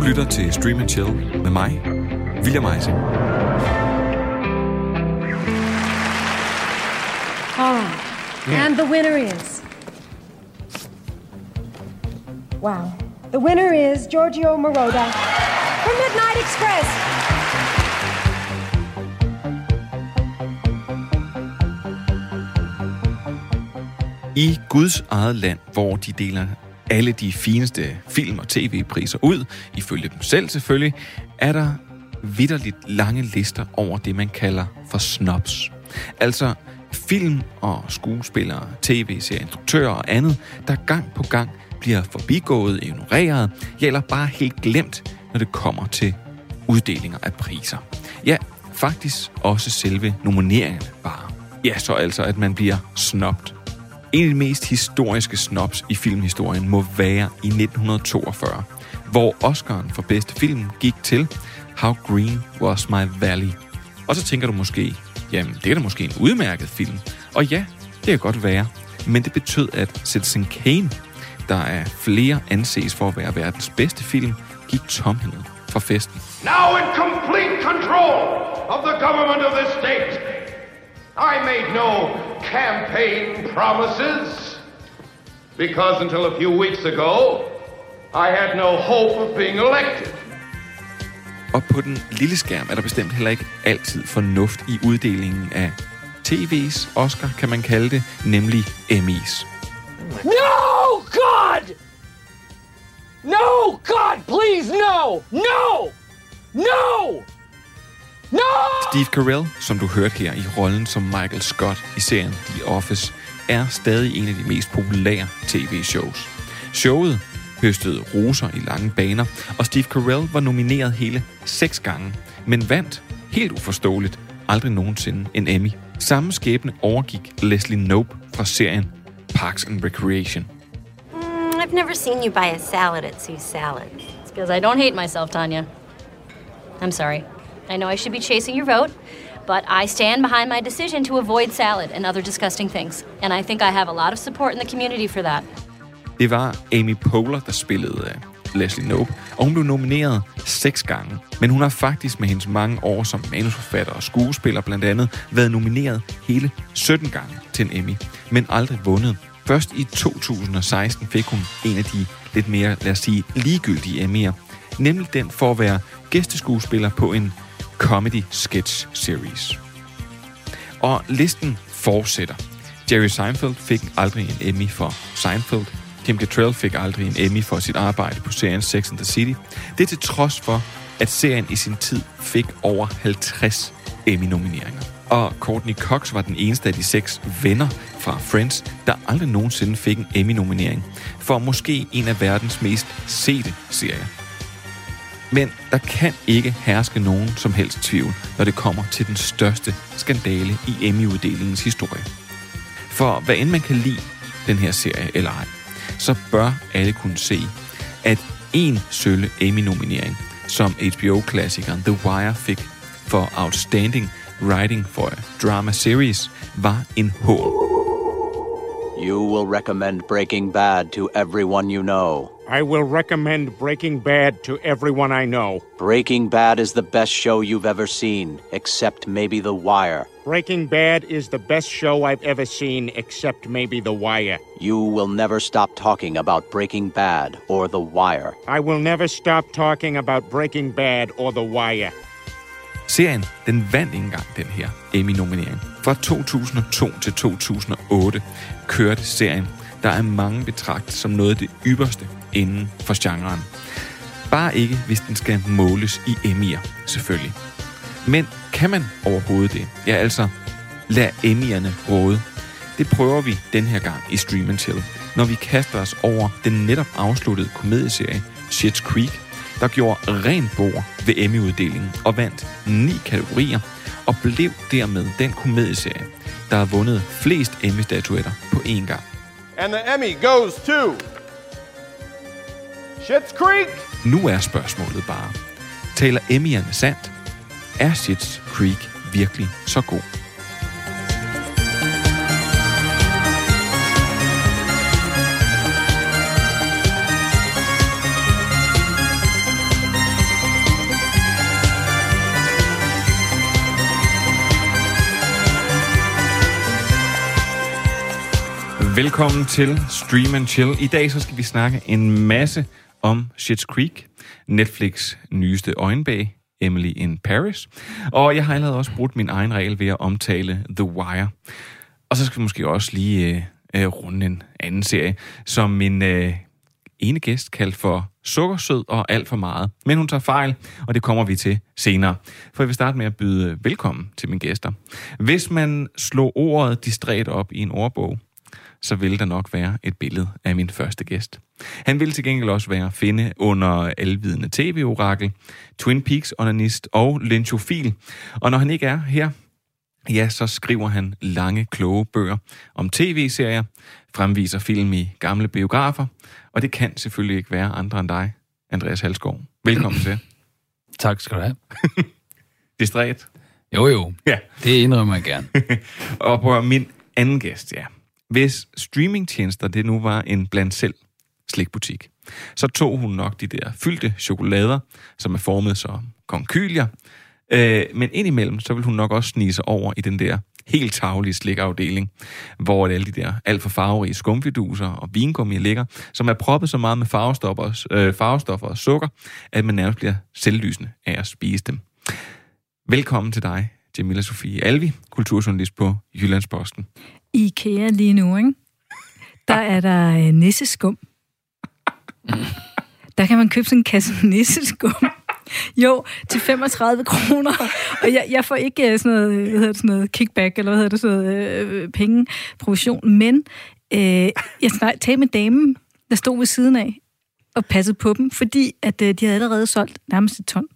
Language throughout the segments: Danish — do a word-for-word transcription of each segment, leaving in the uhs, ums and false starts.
lytter til Stream and Chill med mig, William Eising. All right. Yeah. And the winner is... Wow. The winner is Giorgio Moroder from Midnight Express. I Guds eget land, hvor de deler alle de fineste film- og tv-priser ud, ifølge dem selv selvfølgelig, er der vitterligt lange lister over det, man kalder for snobs. Altså film- og skuespillere, tv-serieinstruktører og andet, der gang på gang bliver forbigået, ignoreret, eller bare helt glemt, når det kommer til uddelinger af priser. Ja, faktisk også selve nomineringerne bare. Ja, så altså, at man bliver snobt. En af de mest historiske snobs i filmhistorien må være i nitten toogfyrre, hvor Oscaren for bedste film gik til How Green Was My Valley. Og så tænker du måske, jamen det er da måske en udmærket film. Og ja, det kan godt være. Men det betød, at Citizen Kane, der er flere anses for at være verdens bedste film, gik tomhændet fra festen. Now in complete control of the government of this state, I made no campaign promises, because until a few weeks ago, I had no hope of being elected. Og på den lille skærm er der bestemt heller ikke altid fornuft i uddelingen af T V's Oscar, kan man kalde det, nemlig Emmys. No, God! No, God, please, no! No! No! No! Steve Carell, som du hørte her i rollen som Michael Scott i serien The Office, er stadig en af de mest populære tv-shows. Showet høstede roser i lange baner, og Steve Carell var nomineret hele seks gange, men vandt, helt uforståeligt, aldrig nogensinde en Emmy. Samme skæbne overgik Leslie Knope fra serien Parks and Recreation. Mm, I've never seen you buy a salad at Sue's Salad. It's because I don't hate myself, Tanya. I'm sorry. I know I should be chasing your vote, but I stand behind my decision to avoid salad and other disgusting things. And I think I have a lot of support in the community for that. Det var Amy Poehler, der spillede af Leslie Knope, og hun blev nomineret seks gange. Men hun har faktisk med hendes mange år som manusforfatter og skuespiller blandt andet været nomineret hele sytten gange til en Emmy, men aldrig vundet. Først i to tusind og seksten fik hun en af de lidt mere, lad os sige, ligegyldige Emmy'er, nemlig den for at være gæsteskuespiller på en comedy sketch series. Og listen fortsætter. Jerry Seinfeld fik aldrig en Emmy for Seinfeld. Kim Cattrall fik aldrig en Emmy for sit arbejde på serien Sex and the City. Det er til trods for, at serien i sin tid fik over halvtreds Emmy-nomineringer. Og Courtney Cox var den eneste af de seks venner fra Friends, der aldrig nogensinde fik en Emmy-nominering for måske en af verdens mest sete serier. Men der kan ikke herske nogen som helst tvivl, når det kommer til den største skandale i Emmy-uddelingens historie. For hvad end man kan lide den her serie eller ej, så bør alle kunne se, at en sølle Emmy-nominering, som H B O-klassikeren The Wire fik for Outstanding Writing for a Drama Series, var en hån. You will recommend Breaking Bad to everyone you know. I will recommend Breaking Bad to everyone I know. Breaking Bad is the best show you've ever seen, except maybe The Wire. Breaking Bad is the best show I've ever seen, except maybe The Wire. You will never stop talking about Breaking Bad or The Wire. I will never stop talking about Breaking Bad or The Wire. Serien, den vandt ikke engang den her Emmy-nominering. Fra to tusind og to til to tusind og otte kørte serien, der er mange betragtet som noget af det ypperste inden for genren. Bare ikke, hvis den skal måles i Emmy'er, selvfølgelig. Men kan man overhovedet det? Ja, altså, lad Emmy'erne råde. Det prøver vi den her gang i Stream and Chill, når vi kaster os over den netop afsluttede komedieserie Schitt's Creek, der gjorde ren bord ved Emmy-uddelingen og vandt ni kategorier, og blev dermed den komedieserie, der har vundet flest Emmy-statuetter på én gang. And the Emmy goes to Schitt's Creek. Nu er spørgsmålet bare, taler Emmy'erne sandt? Er Schitt's Creek virkelig så god? Velkommen til Stream and Chill. I dag så skal vi snakke en masse om Schitt's Creek, Netflix nyeste øjenbag, Emily in Paris. Og jeg har allerede også brugt min egen regel ved at omtale The Wire. Og så skal vi måske også lige øh, runde en anden serie, som min øh, ene gæst kaldte for sukkersød og alt for meget. Men hun tager fejl, og det kommer vi til senere. For jeg vil starte med at byde velkommen til mine gæster. Hvis man slår ordet distræt op i en ordbog, så vil der nok være et billede af min første gæst. Han vil til gengæld også være at finde under alvidende tv-orakel, Twin Peaks-onanist og lynchofil. Og når han ikke er her, ja, så skriver han lange, kloge bøger om tv-serier, fremviser film i gamle biografer, og det kan selvfølgelig ikke være andre end dig, Andreas Halskov. Velkommen til. Tak skal du have. Distræt? Jo, jo. Ja. Det indrømmer jeg gerne. Og på min anden gæst, ja. Hvis streamingtjenester det nu var en blandt selv slikbutik, så tog hun nok de der fyldte chokolader, som er formet som konkylier, øh, men indimellem, så vil hun nok også snige sig over i den der helt tarvelige slikafdeling, hvor alle de der alt for farverige skumfiduser og vingummi ligger, som er proppet så meget med farvestoffer, øh, farvestoffer og sukker, at man nærmest bliver selvlysende af at spise dem. Velkommen til dig, Jamila Sofie Alvi, kulturjournalist på Jyllandsposten. I IKEA lige nu, ikke? Der er der øh, nisseskum. Der kan man købe sådan en kasse nisseskum. Jo, til femogtredive kroner. Og jeg, jeg får ikke sådan noget, hvad hedder det, sådan noget kickback, eller hvad hedder det, sådan noget øh, penge, provision. Men øh, jeg talte med damen, der stod ved siden af, og passede på dem, fordi at øh, de havde allerede solgt nærmest et ton.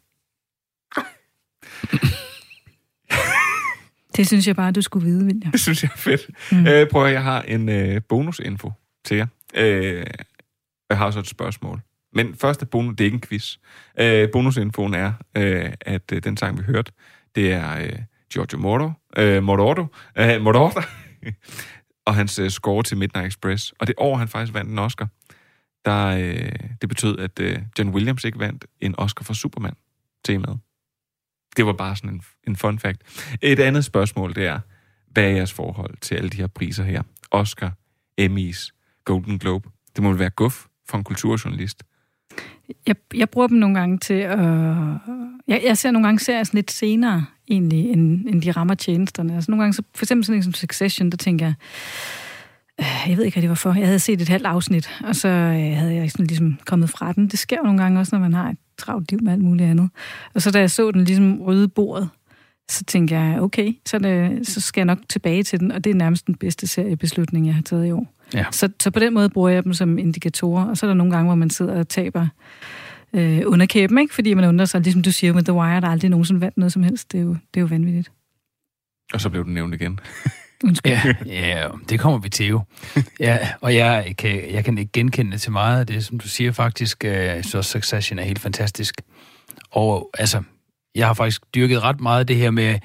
Det synes jeg bare, du skulle vide, William. Det synes jeg er fedt. Mm. Øh, prøv at jeg har en øh, bonusinfo til jer. Øh, jeg har også et spørgsmål. Men første bonus, det er ikke en quiz. Øh, bonusinfoen er, øh, at øh, den sang, vi hørte, det er øh, Giorgio Moroder, øh, Moroder, øh, Moroder og hans øh, score til Midnight Express. Og det år, han faktisk vandt en Oscar, der, øh, det betød, at øh, John Williams ikke vandt en Oscar for Superman-temaet. Det var bare sådan en, en fun fact. Et andet spørgsmål, det er, hvad er jeres forhold til alle de her priser her? Oscar, Emmys, Golden Globe. Det må vel være guf for en kulturjournalist. Jeg, jeg bruger dem nogle gange til at... Jeg, jeg ser nogle gange serier sådan lidt senere, egentlig, end, end de rammer tjenesterne. Altså nogle gange, så, for eksempel sådan en som Succession, der tænker jeg... Øh, jeg ved ikke, hvad det var for. Jeg havde set et halvt afsnit, og så øh, havde jeg sådan ligesom kommet fra den. Det sker jo nogle gange også, når man har et travlt liv med alt muligt andet. Og så da jeg så den ligesom rydde bordet, så tænkte jeg, okay, så, det, så skal jeg nok tilbage til den, og det er nærmest den bedste seriebeslutning, jeg har taget i år. Ja. Så, så på den måde bruger jeg dem som indikatorer, og så er der nogle gange, hvor man sidder og taber øh, under kæben, ikke? Fordi man undrer sig, ligesom du siger med The Wire, der er aldrig nogensinde vandt noget som helst. Det er jo, det er jo vanvittigt. Og så blev den nævnt igen. Ja, ja, det kommer vi til jo. Ja, og jeg kan, jeg kan ikke genkende til meget af det, som du siger faktisk, så Succession er helt fantastisk. Og altså, jeg har faktisk dyrket ret meget af det her med,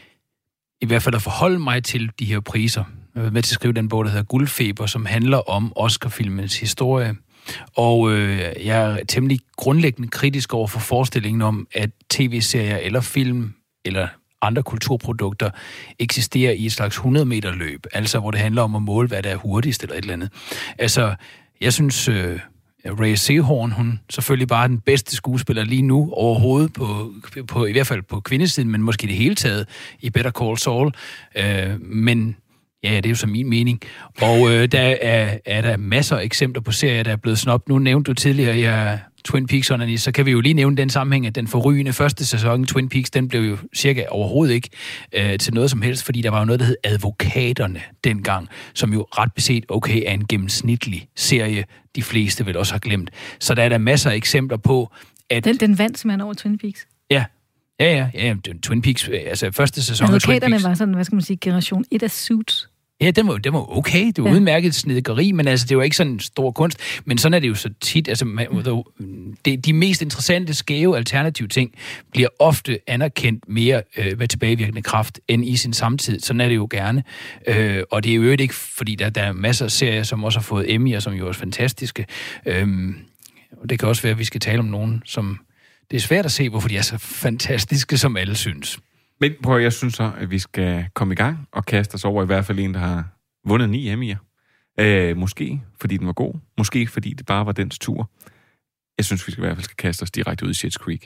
i hvert fald at forholde mig til de her priser. Jeg var med til at skrive den bog, der hedder Guldfeber, som handler om Oscar-filmens historie. Og øh, jeg er temmelig grundlæggende kritisk over for forestillingen om, at tv-serier eller film, eller andre kulturprodukter eksisterer i et slags hundrede meter løb, altså hvor det handler om at måle, hvad der er hurtigst eller et eller andet. Altså, jeg synes, uh, Rhea Seehorn, hun selvfølgelig bare er den bedste skuespiller lige nu overhovedet, på, på, i hvert fald på kvindesiden, men måske det hele taget i Better Call Saul. Uh, men ja, det er jo så min mening. Og uh, der er, er der masser af eksempler på serier, der er blevet snobt. Nu nævnte du tidligere, jeg Twin Peaks, så kan vi jo lige nævne den sammenhæng, at den forrygende første sæson Twin Peaks, den blev jo cirka overhovedet ikke øh, til noget som helst, fordi der var jo noget, der hed Advokaterne dengang, som jo ret beset, okay, er en gennemsnitlig serie, de fleste vil også have glemt. Så der er der masser af eksempler på, at... Den, den vandt simpelthen over Twin Peaks? Ja. Ja, ja, ja. Twin Peaks, altså første sæson af Twin Peaks... Advokaterne var sådan, hvad skal man sige, generation et af Suits. Ja, det var, det var okay. Det var ja. udmærket snedgeri, men altså, det var ikke sådan en stor kunst. Men sådan er det jo så tit. Altså, man, det, de mest interessante, skæve, alternative ting bliver ofte anerkendt mere øh, med tilbagevirkende kraft end i sin samtid. Sådan er det jo gerne. Øh, og det er jo ikke, fordi der, der er masser af serier, som også har fået Emmy'er, som jo er fantastiske. Øh, og det kan også være, at vi skal tale om nogen, som... Det er svært at se, hvorfor de er så fantastiske, som alle synes. Men prøv, jeg synes så, at vi skal komme i gang og kaste os over i hvert fald en, der har vundet ni Emmy'er. Øh, måske fordi den var god, måske fordi det bare var dens tur. Jeg synes, vi skal i hvert fald skal kaste os direkte ud i Schitt's Creek.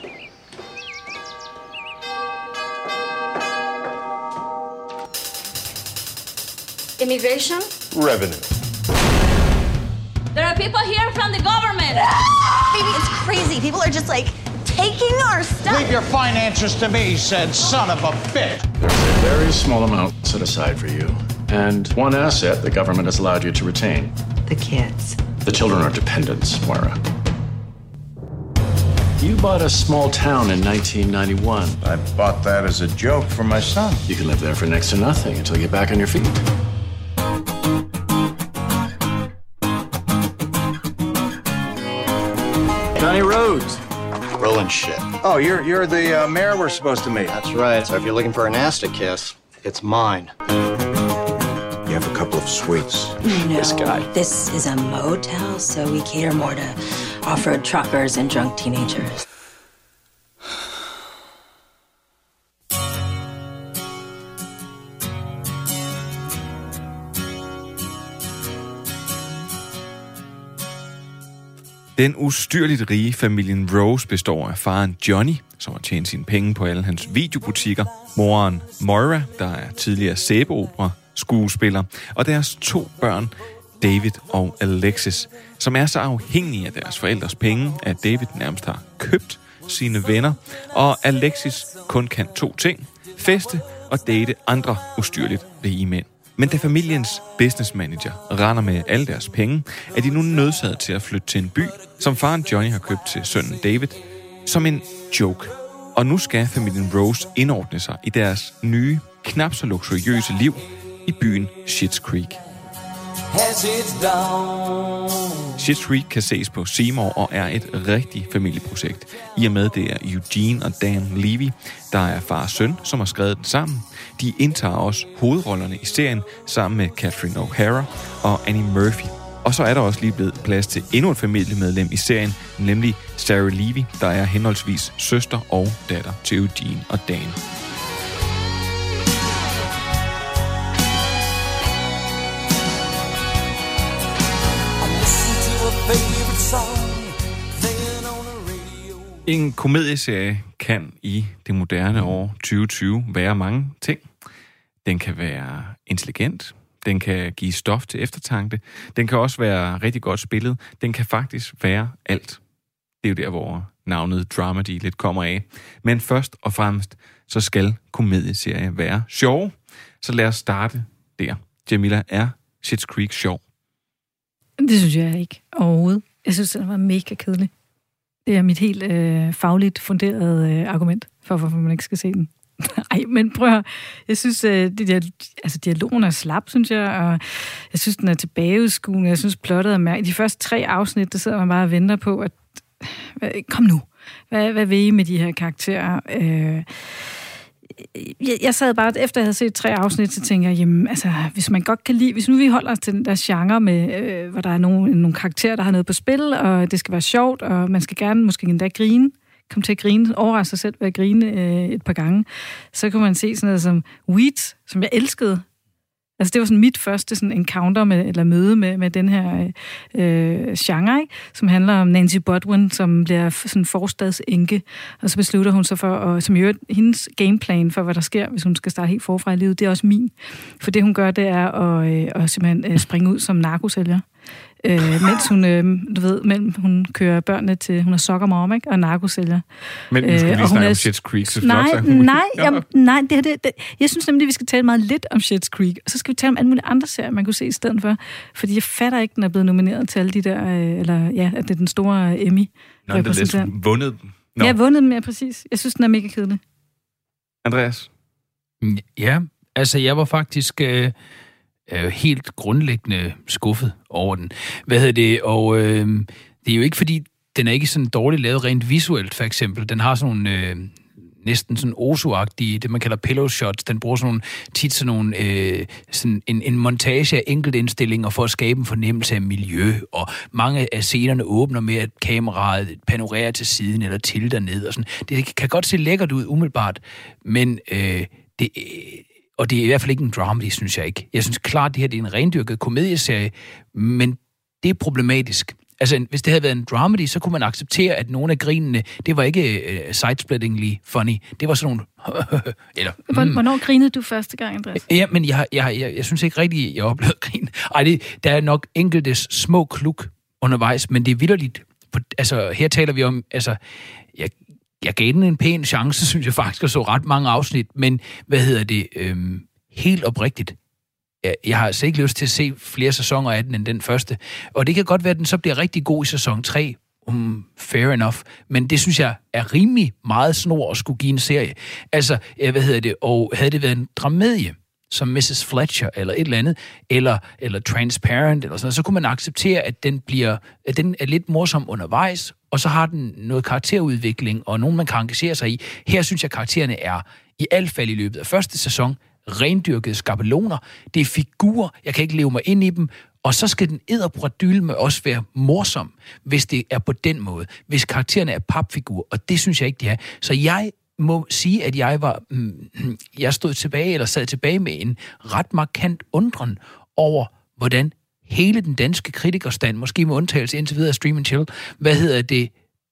Immigration? Revenue. There are people here from the government. Baby, it's crazy. People are just like taking our stuff. Leave your finances to me, said son of a bitch. There's a very small amount set aside for you, and one asset the government has allowed you to retain. The kids. The children are dependents, Moira. You bought a small town in nineteen ninety-one. I bought that as a joke for my son. You can live there for next to nothing until you get back on your feet. Johnny Rhodes. Rolling shit. Oh, you're you're the uh, mayor we're supposed to meet. That's right. So if you're looking for an ass to kiss, it's mine. You have a couple of suites. No, This guy. This is a motel, so we cater more to off-road truckers and drunk teenagers. Den ustyrligt rige familien Rose består af faren Johnny, som har tjent sine penge på alle hans videobutikker, moren Moira, der er tidligere sæbeopera skuespiller, og deres to børn, David og Alexis, som er så afhængige af deres forældres penge, at David nærmest har købt sine venner, og Alexis kun kan to ting: feste og date andre ustyrligt rige mænd. Men da familiens business manager render med alle deres penge, er de nu nødsaget til at flytte til en by, som faren Johnny har købt til sønnen David, som en joke. Og nu skal familien Rose indordne sig i deres nye, knap så luksuriøse liv i byen Schitt's Creek. Schitt's Creek kan ses på C More og er et rigtigt familieprojekt, i og med det er Eugene og Dan Levy, der er far og søn, som har skrevet den sammen. De indtager også hovedrollerne i serien sammen med Catherine O'Hara og Annie Murphy. Og så er der også lige blevet plads til endnu et familiemedlem i serien, nemlig Sarah Levy, der er henholdsvis søster og datter til Eugene og Dan. En komedieserie kan i det moderne år tyve tyve være mange ting. Den kan være intelligent, den kan give stof til eftertanke, den kan også være rigtig godt spillet, den kan faktisk være alt. Det er jo der, hvor navnet Dramedy lidt kommer af. Men først og fremmest, så skal komedieserie være sjov. Så lad os starte der. Jamila, er Schitt's Creek sjov? Det synes jeg ikke overhovedet. Jeg synes, det var mega kedelig. Det er mit helt øh, fagligt funderede øh, argument for, hvorfor man ikke skal se den. Ej, men prøv at høre. Jeg synes, øh, det der, altså, dialogen er slap, synes jeg, og jeg synes, den er tilbageudskuende. Jeg synes, plottet er mærkeligt. De første tre afsnit, der sidder man bare og venter på, at kom nu, hvad, hvad vil I med de her karakterer? Øh, jeg, jeg sad bare, efter jeg havde set tre afsnit, så tænkte jeg, jamen, altså, hvis man godt kan lide, hvis nu vi holder os til den der genre med, øh, hvor der er nogle, nogle karakterer, der har noget på spil, og det skal være sjovt, og man skal gerne måske endda grine, komme til at grine, overraske sig selv ved at grine øh, et par gange, så kan man se sådan noget som Weeds, som jeg elskede. Altså, det var sådan mit første sådan encounter med, eller møde med, med den her øh, genre, ikke? Som handler om Nancy Bodwin, som bliver sådan forstadsenke, og så beslutter hun sig for, og, som jo hendes gameplan for, hvad der sker, hvis hun skal starte helt forfra i livet, det er også min. For det, hun gør, det er at, øh, at simpelthen øh, springe ud som narkosælger. Øh, mens hun, øh, du ved, men hun kører børnene til, hun er soccermom, ikke? Og narkosælger. Men nu skal vi lige snakke om Schitt's Creek. Så nej, nej, jamen, nej, det, det, det, jeg synes nemlig, vi skal tale meget lidt om Schitt's Creek, og så skal vi tale om alle mulige andre serier, man kunne se i stedet for. Fordi jeg fatter ikke, den er blevet nomineret til alle de der, øh, eller ja, at det er den store Emmy. Nå, den er lidt vundet. No. Ja, vundet dem, ja, præcis. Jeg synes, den er mega kedelig. Andreas? Ja, altså jeg var faktisk... Øh er helt grundlæggende skuffet over den. Hvad hedder det? Og øh, det er jo ikke fordi, den er ikke sådan dårligt lavet rent visuelt, for eksempel. Den har sådan nogle øh, næsten sådan osu-agtige, det man kalder pillow shots. Den bruger sådan nogle, tit sådan nogle, øh, sådan en, en montage af enkeltindstillinger for at skabe en fornemmelse af miljø, og mange af scenerne åbner med, at kameraet panorerer til siden eller tilter ned og sådan. Det kan godt se lækkert ud umiddelbart, men øh, det og det er i hvert fald ikke en dramedy, synes jeg ikke. Jeg synes klart, det her det er en rendyrket komedieserie, men det er problematisk. Altså, hvis det havde været en dramedy, så kunne man acceptere, at nogle af grinene, det var ikke uh, side-splittingly funny. Det var sådan nogle... eller, mm. Hvornår grinede du første gang, Andreas? Ja, men jeg, jeg, jeg, jeg synes ikke rigtigt, jeg oplevede grin. Ej, det, der er nok enkelte små kluk undervejs, men det er vitterligt. Altså, her taler vi om... Altså, jeg, jeg gav den en pæn chance, synes jeg faktisk, og så ret mange afsnit, men hvad hedder det? Øhm, helt oprigtigt. Jeg, jeg har altså ikke lyst til at se flere sæsoner af den end den første. Og det kan godt være, at den så bliver rigtig god i sæson tre. Um, fair enough. Men det synes jeg er rimelig meget snor at skulle give en serie. Altså, hvad hedder det? Og havde det været en dramedie, som missus Fletcher, eller et eller andet, eller, eller Transparent, eller sådan noget, så kunne man acceptere, at den, bliver, at den er lidt morsom undervejs, og så har den noget karakterudvikling, og nogen, man kan engagere sig i. Her synes jeg, karaktererne er i alt fald i løbet af første sæson rendyrkede skabeloner. Det er figurer, jeg kan ikke leve mig ind i dem, og så skal den edderbradyle med også være morsom, hvis det er på den måde. Hvis karaktererne er papfigurer, og det synes jeg ikke, de er. Så jeg må sige, at jeg var, mm, jeg stod tilbage, eller sad tilbage med en ret markant undren over, hvordan hele den danske kritikerstand, måske med undtagelse indtil videre Stream and Chill, hvad hedder det,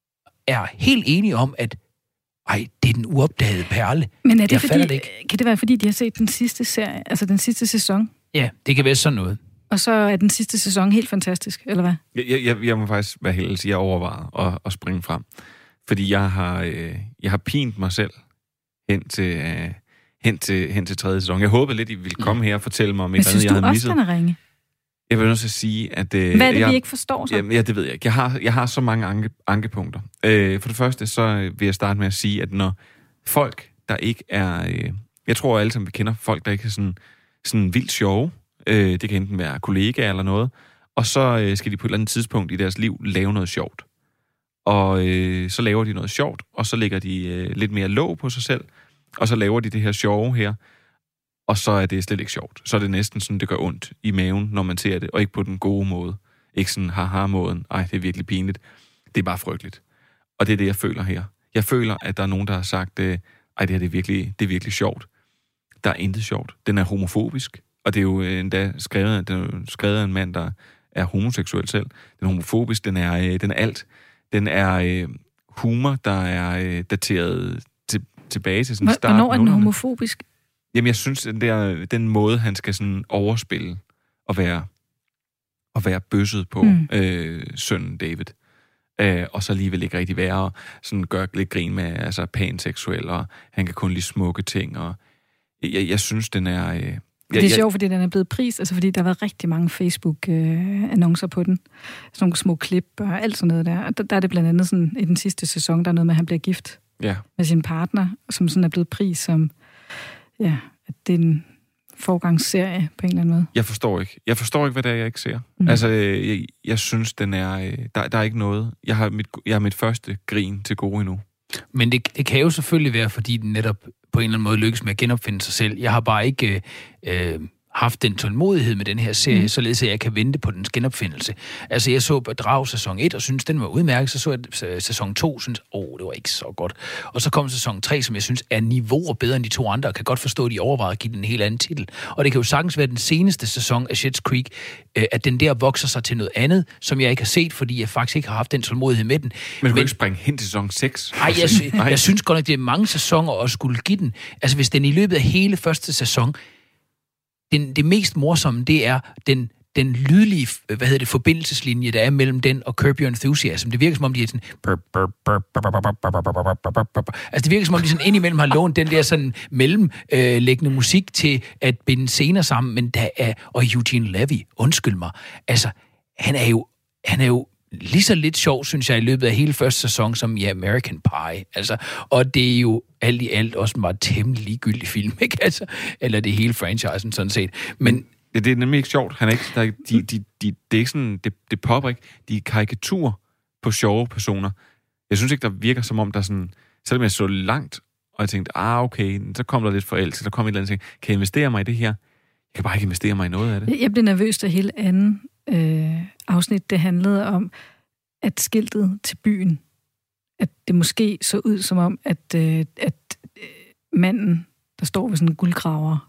er helt enige om, at ej, det er den uopdagede perle. Men er det jeg fordi, det ikke. Kan det være, fordi de har set den sidste serie, altså den sidste sæson? Ja, det kan være sådan noget. Og så er den sidste sæson helt fantastisk, eller hvad? Jeg, jeg, jeg må faktisk være heldig at sige, at jeg overvejer at, at springe frem. Fordi jeg har, øh, jeg har pint mig selv hen til, øh, hen, til, hen til tredje sæson. Jeg håbede lidt, I ville komme her og fortælle mig om et eller andet, jeg havde misset. Men synes du også, den er ringe? Jeg vil nødt til at sige, at... Øh, Hvad er det, jeg, vi ikke forstår så? Jamen, ja, det ved jeg ikke. Jeg har, jeg har så mange anke, ankepunkter. Øh, for det første, så vil jeg starte med at sige, at når folk, der ikke er... Øh, jeg tror alle sammen, vi kender folk, der ikke er sådan, sådan vildt sjove. Øh, det kan enten være kollegaer eller noget. Og så øh, skal de på et eller andet tidspunkt i deres liv lave noget sjovt. Og øh, så laver de noget sjovt, og så lægger de øh, lidt mere låg på sig selv, og så laver de det her sjove her, og så er det slet ikke sjovt. Så er det næsten sådan, det gør ondt i maven, når man ser det, og ikke på den gode måde. Ikke sådan haha-måden, ej, det er virkelig pinligt. Det er bare frygteligt. Og det er det, jeg føler her. Jeg føler, at der er nogen, der har sagt, øh, ej, det her det er, virkelig, det er virkelig sjovt. Der er intet sjovt. Den er homofobisk, og det er jo endda skrevet, den er skrevet af en mand, der er homoseksuel selv. Den er homofobisk, den er, øh, den er alt. Den er øh, humor, der er øh, dateret til, tilbage til sådan starten. Hvornår er den homofobisk? Jamen, jeg synes, den, der, den måde, han skal sådan overspille og være, og være bøsset på mm. øh, sønnen David. Øh, og så alligevel ikke rigtig være og sådan gøre lidt grin med altså panseksuel, og han kan kun lide smukke ting. Og jeg, jeg synes, den er... Øh, det er jeg, sjovt, fordi den er blevet pris, altså fordi der har været rigtig mange Facebook-annoncer på den. Sådan nogle små klip og alt sådan noget der. Og der, der er det blandt andet sådan, i den sidste sæson, der er noget med, at han bliver gift ja. med sin partner, som sådan er blevet pris som, ja, at det er en forgangsserie på en eller anden måde. Jeg forstår ikke. Jeg forstår ikke, hvad det er, jeg ikke ser. Mm. Altså, jeg, jeg synes, den er... Der, der er ikke noget... Jeg har, mit, jeg har mit første grin til gode endnu. Men det, det kan jo selvfølgelig være, fordi den netop på en eller anden måde lykkes med at genopfinde sig selv. Jeg har bare ikke øh, haft den tålmodighed med den her serie, mm. således at jeg kan vente på dens genopfindelse. Altså, jeg så Bedrag sæson et, og synes den var udmærket. Så så jeg sæson to, og synes, åh, oh, det var ikke så godt. Og så kom sæson tre, som jeg synes er niveauer bedre end de to andre, og kan godt forstå, at de overvejer at give den en helt anden titel. Og det kan jo sagtens være den seneste sæson af Schitt's Creek, øh, at den der vokser sig til noget andet, som jeg ikke har set, fordi jeg faktisk ikke har haft den tålmodighed med den. Men du kan ikke springe hen til sæson seks? Nej, jeg, sy- jeg synes godt nok, det er mange sæsoner at skulle give den. Altså, hvis den i løbet af hele første sæson, den, det mest morsomme, det er den, den lydlige, hvad hedder det, forbindelseslinje, der er mellem den og Curb Your Enthusiasm. Det virker som om, de er sådan... Altså, det virker som om, de sådan indimellem har lånt den der sådan mellemlæggende musik til at binde scener sammen, men der er... Og Eugene Levy, undskyld mig, altså, han er jo... Han er jo lige så lidt sjov, synes jeg, i løbet af hele første sæson, som i ja, American Pie. Altså, og det er jo alt i alt også en meget temmelig ligegyldig film, ikke? Altså, eller det hele franchisen, sådan set. Men det, det er nemlig ikke sjovt. Han er ikke, der er, de, de, de, det er ikke sådan, det, det popper ikke. De er karikatur på sjove personer. Jeg synes ikke, der virker som om, der sådan, selvom jeg så langt, og jeg tænkte, ah, okay, så kom der lidt forelskelse, der kom et eller andet ting, kan jeg investere mig i det her? Jeg kan bare ikke investere mig i noget af det. Jeg blev nervøs, da hele anden øh, afsnit, det handlede om, at skiltet til byen, at det måske så ud som om, at, øh, at øh, manden, der står ved sådan en guldgraver,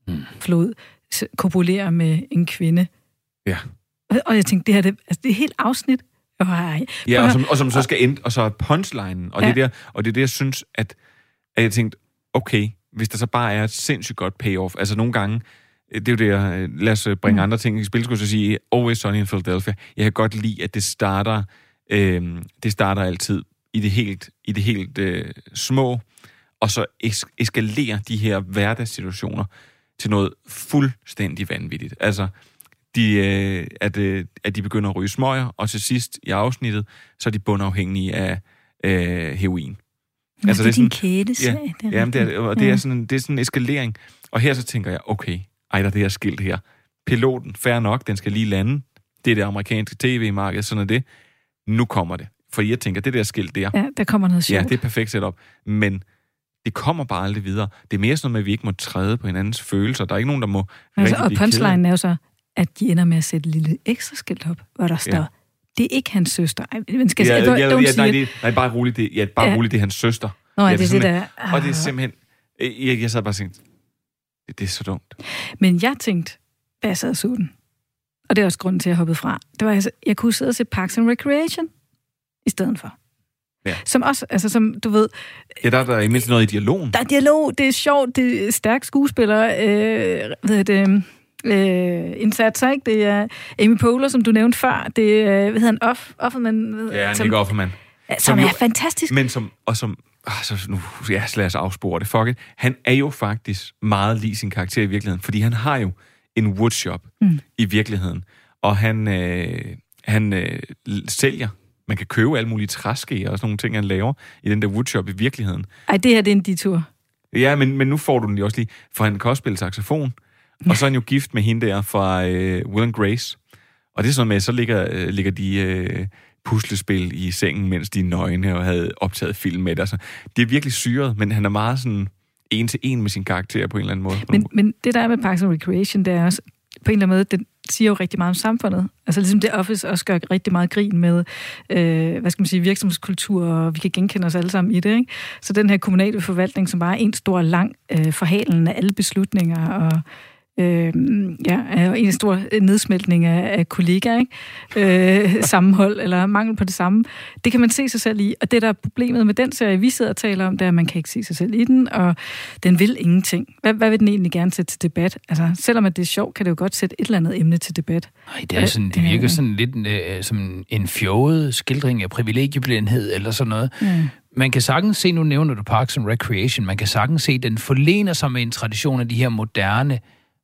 mm. flod kopulerer med en kvinde. Ja. Og, og jeg tænkte, det her det, altså, det er helt afsnit. Oh, ja, og som, og som så skal ind, og så er punchlinen, og, ja. det der, og det er det, jeg synes, at, at jeg tænkte, okay, hvis der så bare er et sindssygt godt payoff, altså nogle gange, det er jo det, jeg, lad os bringe mm. andre ting i spil, skulle jeg sige, Always Sunny in Philadelphia, jeg kan godt lide, at det starter, øh, det starter altid i det helt, i det helt øh, små, og så es- eskalerer de her hverdagssituationer til noget fuldstændig vanvittigt. Altså, de, øh, at, øh, at de begynder at ryge smøger, og til sidst i afsnittet, så er de bundafhængige af øh, heroin. Ja, altså, det er din kædeserie. Ja, ja, det er, og det er, sådan, det er sådan en eskalering. Og her så tænker jeg, okay, ej, der er det her skilt her. Piloten, fair nok, den skal lige lande. Det er det amerikanske tv-marked, sådan er det. Nu kommer det. For jeg tænker, det der skilt der... Ja, der kommer noget sjovt. Ja, det er perfekt setup. Men det kommer bare aldrig videre. Det er mere sådan noget med, at vi ikke må træde på hinandens følelser. Der er ikke nogen, der må altså, rigtig og punchline er jo så, at de ender med at sætte et lille ekstra skilt op, hvor der står, ja. Det er ikke hans søster. Ej, men skal ja, sige, ja, ja, nej, det, nej, bare roligt, det, ja, bare ja. roligt, det er hans søster. Nå, ja, det, det er det der... Og det er simpelthen... Jeg, jeg sad bare og tænkte, det, det er så dumt. Men jeg tænkte, da jeg sad og så den, og det er også grunden til, at jeg hoppede fra, det var, altså, jeg kunne sidde og se Parks and Recreation i stedet for. Ja. Som også, altså som du ved... Ja, der er der imens noget i dialogen. Der er dialog, det er sjovt, det er stærk skuespillere, øh, hvad hedder det... Øh, indsatser, ikke? Det er Amy Poehler, som du nævnte før. Det er, hvad hedder han, Off, Offerman? Ja, han er Offerman. Som, som er jo, fantastisk. Men som, og som, altså nu, ja, lad os afspore det, fuck it. Han er jo faktisk meget lige sin karakter i virkeligheden, fordi han har jo en woodshop mm. i virkeligheden, og han, øh, han øh, sælger, man kan købe alle mulige træskeer og sådan nogle ting, han laver i den der woodshop i virkeligheden. Ej, det her, det er en detur. Ja, men, men nu får du den jo også lige, for han kan også spille saxofon. Og så er han jo gift med hende der fra øh, Will and Grace. Og det er sådan med, så ligger, øh, ligger de øh, puslespil i sengen, mens de er nøgne og havde optaget film med det. Altså, det er virkelig syret, men han er meget sådan en til en med sin karakter på en eller anden måde. Men, men det der er med Parks and Recreation, det er også på en eller anden måde, det siger jo rigtig meget om samfundet. Altså ligesom det Office også gør rigtig meget grin med, øh, hvad skal man sige, virksomhedskultur, og vi kan genkende os alle sammen i det, ikke? Så den her kommunale forvaltning, som bare er en stor, lang øh, forhalen af alle beslutninger, og Øh, ja, en stor nedsmeltning af, af kollegaer, ikke? Øh, sammenhold eller mangel på det samme. Det kan man se sig selv i, og det der er problemet med den serie, vi sidder og taler om, det er, at man kan ikke se sig selv i den, og den vil ingenting. Hvad, hvad vil den egentlig gerne sætte til debat? Altså, selvom at det er sjovt, kan det jo godt sætte et eller andet emne til debat. Nej, det er sådan, det virker sådan lidt øh, som en fjollet skildring af privilegieblindhed eller sådan noget. Mm. Man kan sagtens se, nu nævner du Parks and Recreation, man kan sagtens se, den forlener sig med en tradition af de her moderne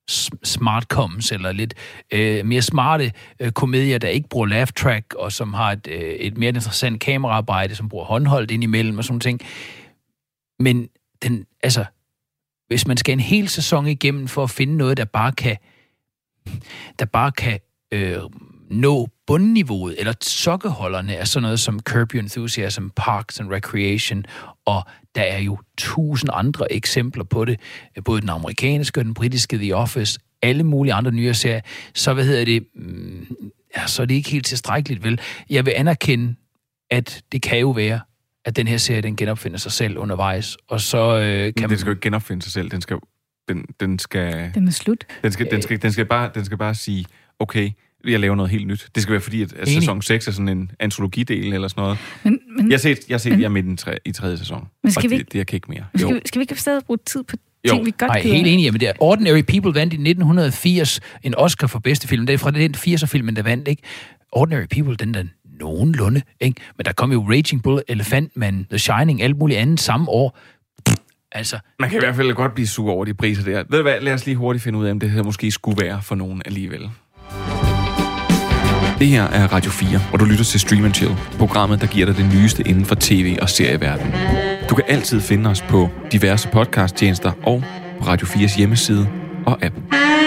smartcoms, eller lidt øh, mere smarte øh, komedier, der ikke bruger laugh track, og som har et, øh, et mere interessant kameraarbejde, som bruger håndholdt indimellem, og sådan ting. Men den, altså, hvis man skal en hel sæson igennem for at finde noget, der bare kan der bare kan øh, nå bundniveauet, eller sokkeholderne af sådan noget som Curb Your Enthusiasm, Parks and Recreation, og der er jo tusind andre eksempler på det, både den amerikanske og den britiske The Office, alle mulige andre nye serier, så hvad hedder det, ja, så er det ikke helt tilstrækkeligt, vel? Jeg vil anerkende, at det kan jo være, at den her serie, den genopfinder sig selv undervejs, og så øh, kan den skal jo ikke genopfinde sig selv, den skal den, den skal den er slut. Den skal, den skal, den skal bare den skal bare sige, okay, jeg laver noget helt nyt. Det skal være fordi, at, at sæson seks er sådan en antologidel eller sådan noget. Men, men, jeg har set, jeg har set men, jeg er midt i, tre, i tredje sæson, men skal og vi, det, det jeg kan ikke mere. Skal, vi, skal vi ikke stadig bruge tid på ting, jo. vi godt Nej, helt enig. Men det er Ordinary People vandt i nitten firs en Oscar for bedste film. Det er fra den firser-filmen, der vandt, ikke? Ordinary People, den der nogenlunde, ikke? Men der kom jo Raging Bull, Elephant Man, The Shining, alt muligt andet samme år. Altså, man kan i hvert fald godt blive sur over de priser der. Ved du hvad, lad os lige hurtigt finde ud af, om det her måske skulle være for nogen alligevel. Det her er Radio fire, og du lytter til Stream and Chill, programmet, der giver dig det nyeste inden for tv- og serieverdenen. Du kan altid finde os på diverse podcasttjenester og på Radio fires hjemmeside og app.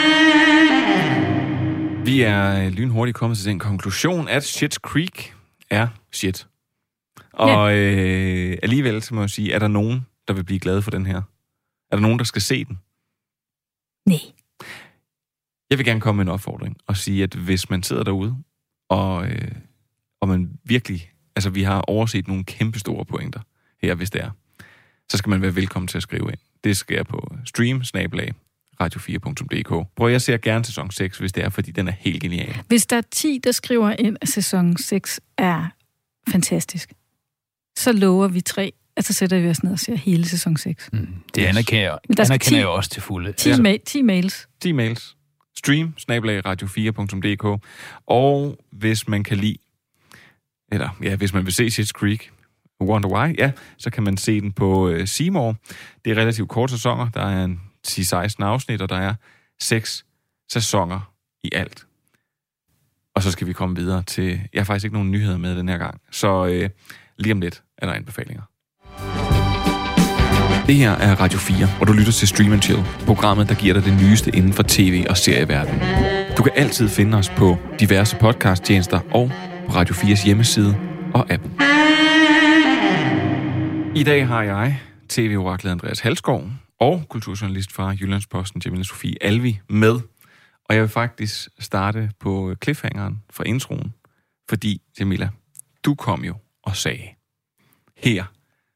Vi er lynhurtigt kommet til den konklusion, at Schitt's Creek er shit. Og ja. øh, alligevel, så må jeg sige, er der nogen, der vil blive glade for den her? Er der nogen, der skal se den? Nej. Jeg vil gerne komme med en opfordring og sige, at hvis man sidder derude, og, øh, og man virkelig, altså vi har overset nogle kæmpe store pointer her, hvis det er, så skal man være velkommen til at skrive ind. Det sker på stream snabel-a radio fire punktum d k. Prøv, jeg ser gerne sæson seks, hvis det er, fordi den er helt genial. Hvis der er ti, der skriver ind, at sæson seks er fantastisk, så lover vi tre, at så sætter vi os ned og ser hele sæson seks. Mm, det anerkender jeg, anerkender jeg også til fulde. ti, ja. ma- ti mails. ti mails. Stream, snabel-a radio fire punktum d k. Og hvis man kan lide, eller ja, hvis man vil se Schitt's Creek, Wonder Why, ja, så kan man se den på uh, C More. Det er relativt korte sæsoner. Der er en ti seksten afsnit, og der er seks sæsoner i alt. Og så skal vi komme videre til... Jeg har faktisk ikke nogen nyheder med den her gang. Så øh, lige om lidt er der anbefalinger. Det her er Radio fire, hvor du lytter til Stream and Chill. Programmet, der giver dig det nyeste inden for tv- og serieverdenen. Du kan altid finde os på diverse podcasttjenester og på Radio fires hjemmeside og app. I dag har jeg T V-oraklet Andreas Halskov og kulturjournalist fra Jyllandsposten Jamila Sofie Alvi med. Og jeg vil faktisk starte på cliffhangeren fra introen, fordi, Jamila, du kom jo og sagde her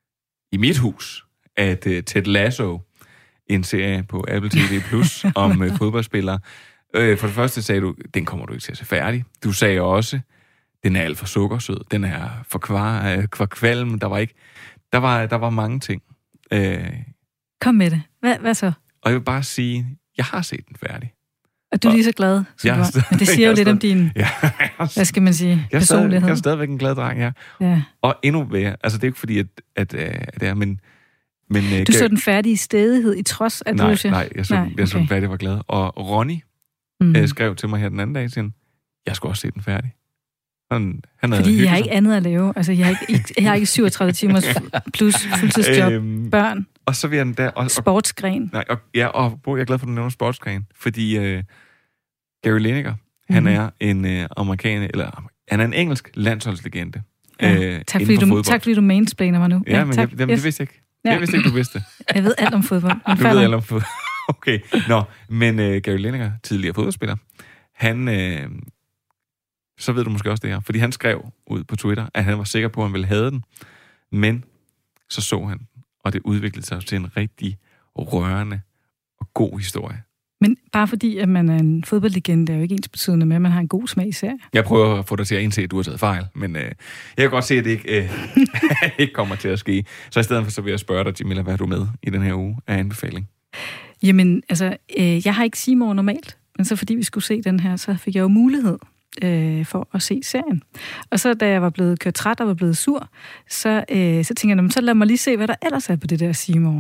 i mit hus, at uh, Ted Lasso, en serie på Apple T V Plus om uh, fodboldspillere, øh, for det første sagde du, den kommer du ikke til at se færdig. Du sagde også, den er alt for sukkersød, den er for kvar, uh, kvarkvalm, der var ikke, der var, der var mange ting. Uh, Kom med det. Hvad, hvad så? Og jeg vil bare sige, jeg har set den færdig. Og du er lige så glad, som du er. Men det siger jo lidt om din, ja, hvad skal man sige, jeg personlighed. Stadig, jeg er stadigvæk en glad dreng, ja. ja. Og endnu mere, altså det er ikke fordi, at, at, at det er, men... men du gav... så den færdige i stædighed i trods af nej, du... Nej, jeg så, nej, okay. jeg så den færdig, var glad. Og Ronny mm. øh, skrev til mig her den anden dag, siger, jeg skulle også se den færdig. Han, han fordi jeg har ikke andet at lave. Altså, jeg har ikke, jeg har ikke syvogtredive timers plus fuldtidsjob, øhm, børn, og så vil jeg den der... Og, sportsgren. Nej, og, ja, og jeg er glad for, at du nævner sportsgren, fordi øh, Gary Lineker, mm. han er en øh, amerikaner, eller han er en engelsk landsholdslegende. Ja. Øh, tak, fordi du, tak fordi du mansplainer mig nu. Ja, ja men jeg, jamen, yes. det vidste jeg ikke. Ja. Jeg vidste ikke, du vidste. Jeg ved alt om fodbold. Du ved alt om fodbold. Okay. Nå, men uh, Gary Lineker, tidligere fodboldspiller, han... Uh, så ved du måske også det her. Fordi han skrev ud på Twitter, at han var sikker på, at han ville have den. Men så så han, og det udviklede sig til en rigtig rørende og god historie. Men bare fordi, at man er en fodboldlegende, er jo ikke ens betydende med, at man har en god smag i serie. Jeg prøver at få dig til at indse, at du har taget fejl, men øh, jeg kan godt se, at det ikke, øh, ikke kommer til at ske. Så i stedet for, så vil jeg spørge dig, Jamila, hvad er du med i den her uge af anbefaling? Jamen, altså, øh, jeg har ikke C More normalt, men så fordi vi skulle se den her, så fik jeg jo mulighed øh, for at se serien. Og så da jeg var blevet kørt træt og var blevet sur, så, øh, så tænkte jeg, så lad mig lige se, hvad der ellers er på det der C More.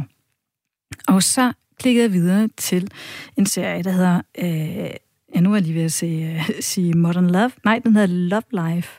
Og så klikkede jeg videre til en serie, der hedder, øh, ja, nu er jeg lige ved at se, uh, sige Modern Love. Nej, den hedder Love Life,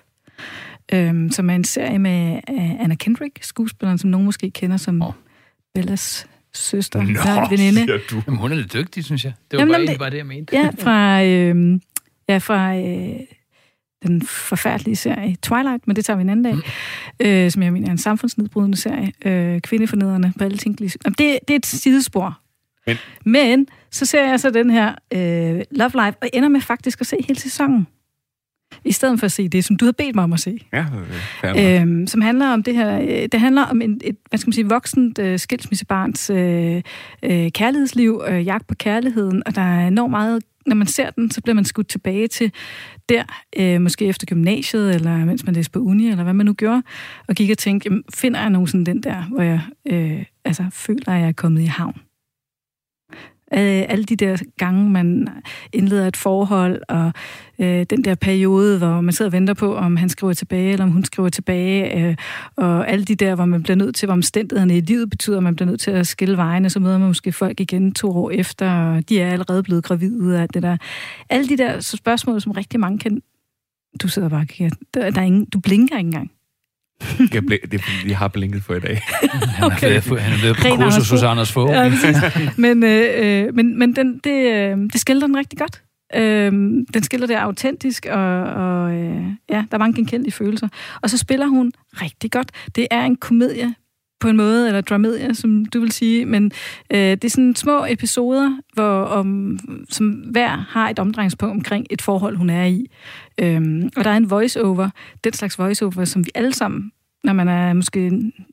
øh, som er en serie med uh, Anna Kendrick, skuespilleren, som nogen måske kender som oh. Bellas søster. Nå, der, veninde. Du. Jamen, hun er lidt dygtig, synes jeg. Det var Jamen, bare, det, egentlig bare det, jeg mente. Ja, fra, øh, ja, fra øh, den forfærdelige serie Twilight, men det tager vi en anden dag, mm. øh, som jeg mener er en samfundsnedbrydende serie. Øh, kvindefornedrende på alle tænkelige... Det, det er et sidespor. Men. Men så ser jeg så den her øh, Love Life, og ender med faktisk at se hele sæsonen. I stedet for at se det, som du havde bedt mig om at se. Ja, det øhm, som handler om det her... Øh, det handler om en, et, hvad skal man sige, voksent øh, skilsmissebarns øh, øh, kærlighedsliv, øh, jagt på kærligheden, og der er enormt meget... Når man ser den, så bliver man skudt tilbage til der, øh, måske efter gymnasiet, eller mens man læste på uni, eller hvad man nu gjorde, og gik og tænkte, jamen, finder jeg nogen sådan den der, hvor jeg øh, altså, føler, at jeg er kommet i havn. Alle de der gange, man indleder et forhold, og øh, den der periode, hvor man sidder og venter på, om han skriver tilbage, eller om hun skriver tilbage, øh, og alle de der, hvor man bliver nødt til, hvor omstændighederne i livet betyder, at man bliver nødt til at skille vejene, så møder man måske folk igen to år efter, og de er allerede blevet gravide og alt det der. Alle de der så spørgsmål, som rigtig mange kan... Du sidder bare og kigger. Der, der er ingen, du blinker ikke engang. Jeg, bl- det er fordi, jeg har blinket for i dag. Okay. Han er ved på kursus hos Anders Fogh. Ja, men øh, men, men den, det, øh, det skildrer den rigtig godt. Øh, den skildrer det autentisk, og, og øh, ja, der er mange genkendelige følelser. Og så spiller hun rigtig godt. Det er en komedie på en måde, eller dramedie, som du vil sige, men øh, det er sådan små episoder, hvor, om, som hver har et omdrejningspunkt omkring et forhold, hun er i. Øhm, og der er en voice-over, den slags voice-over, som vi alle sammen, når man er måske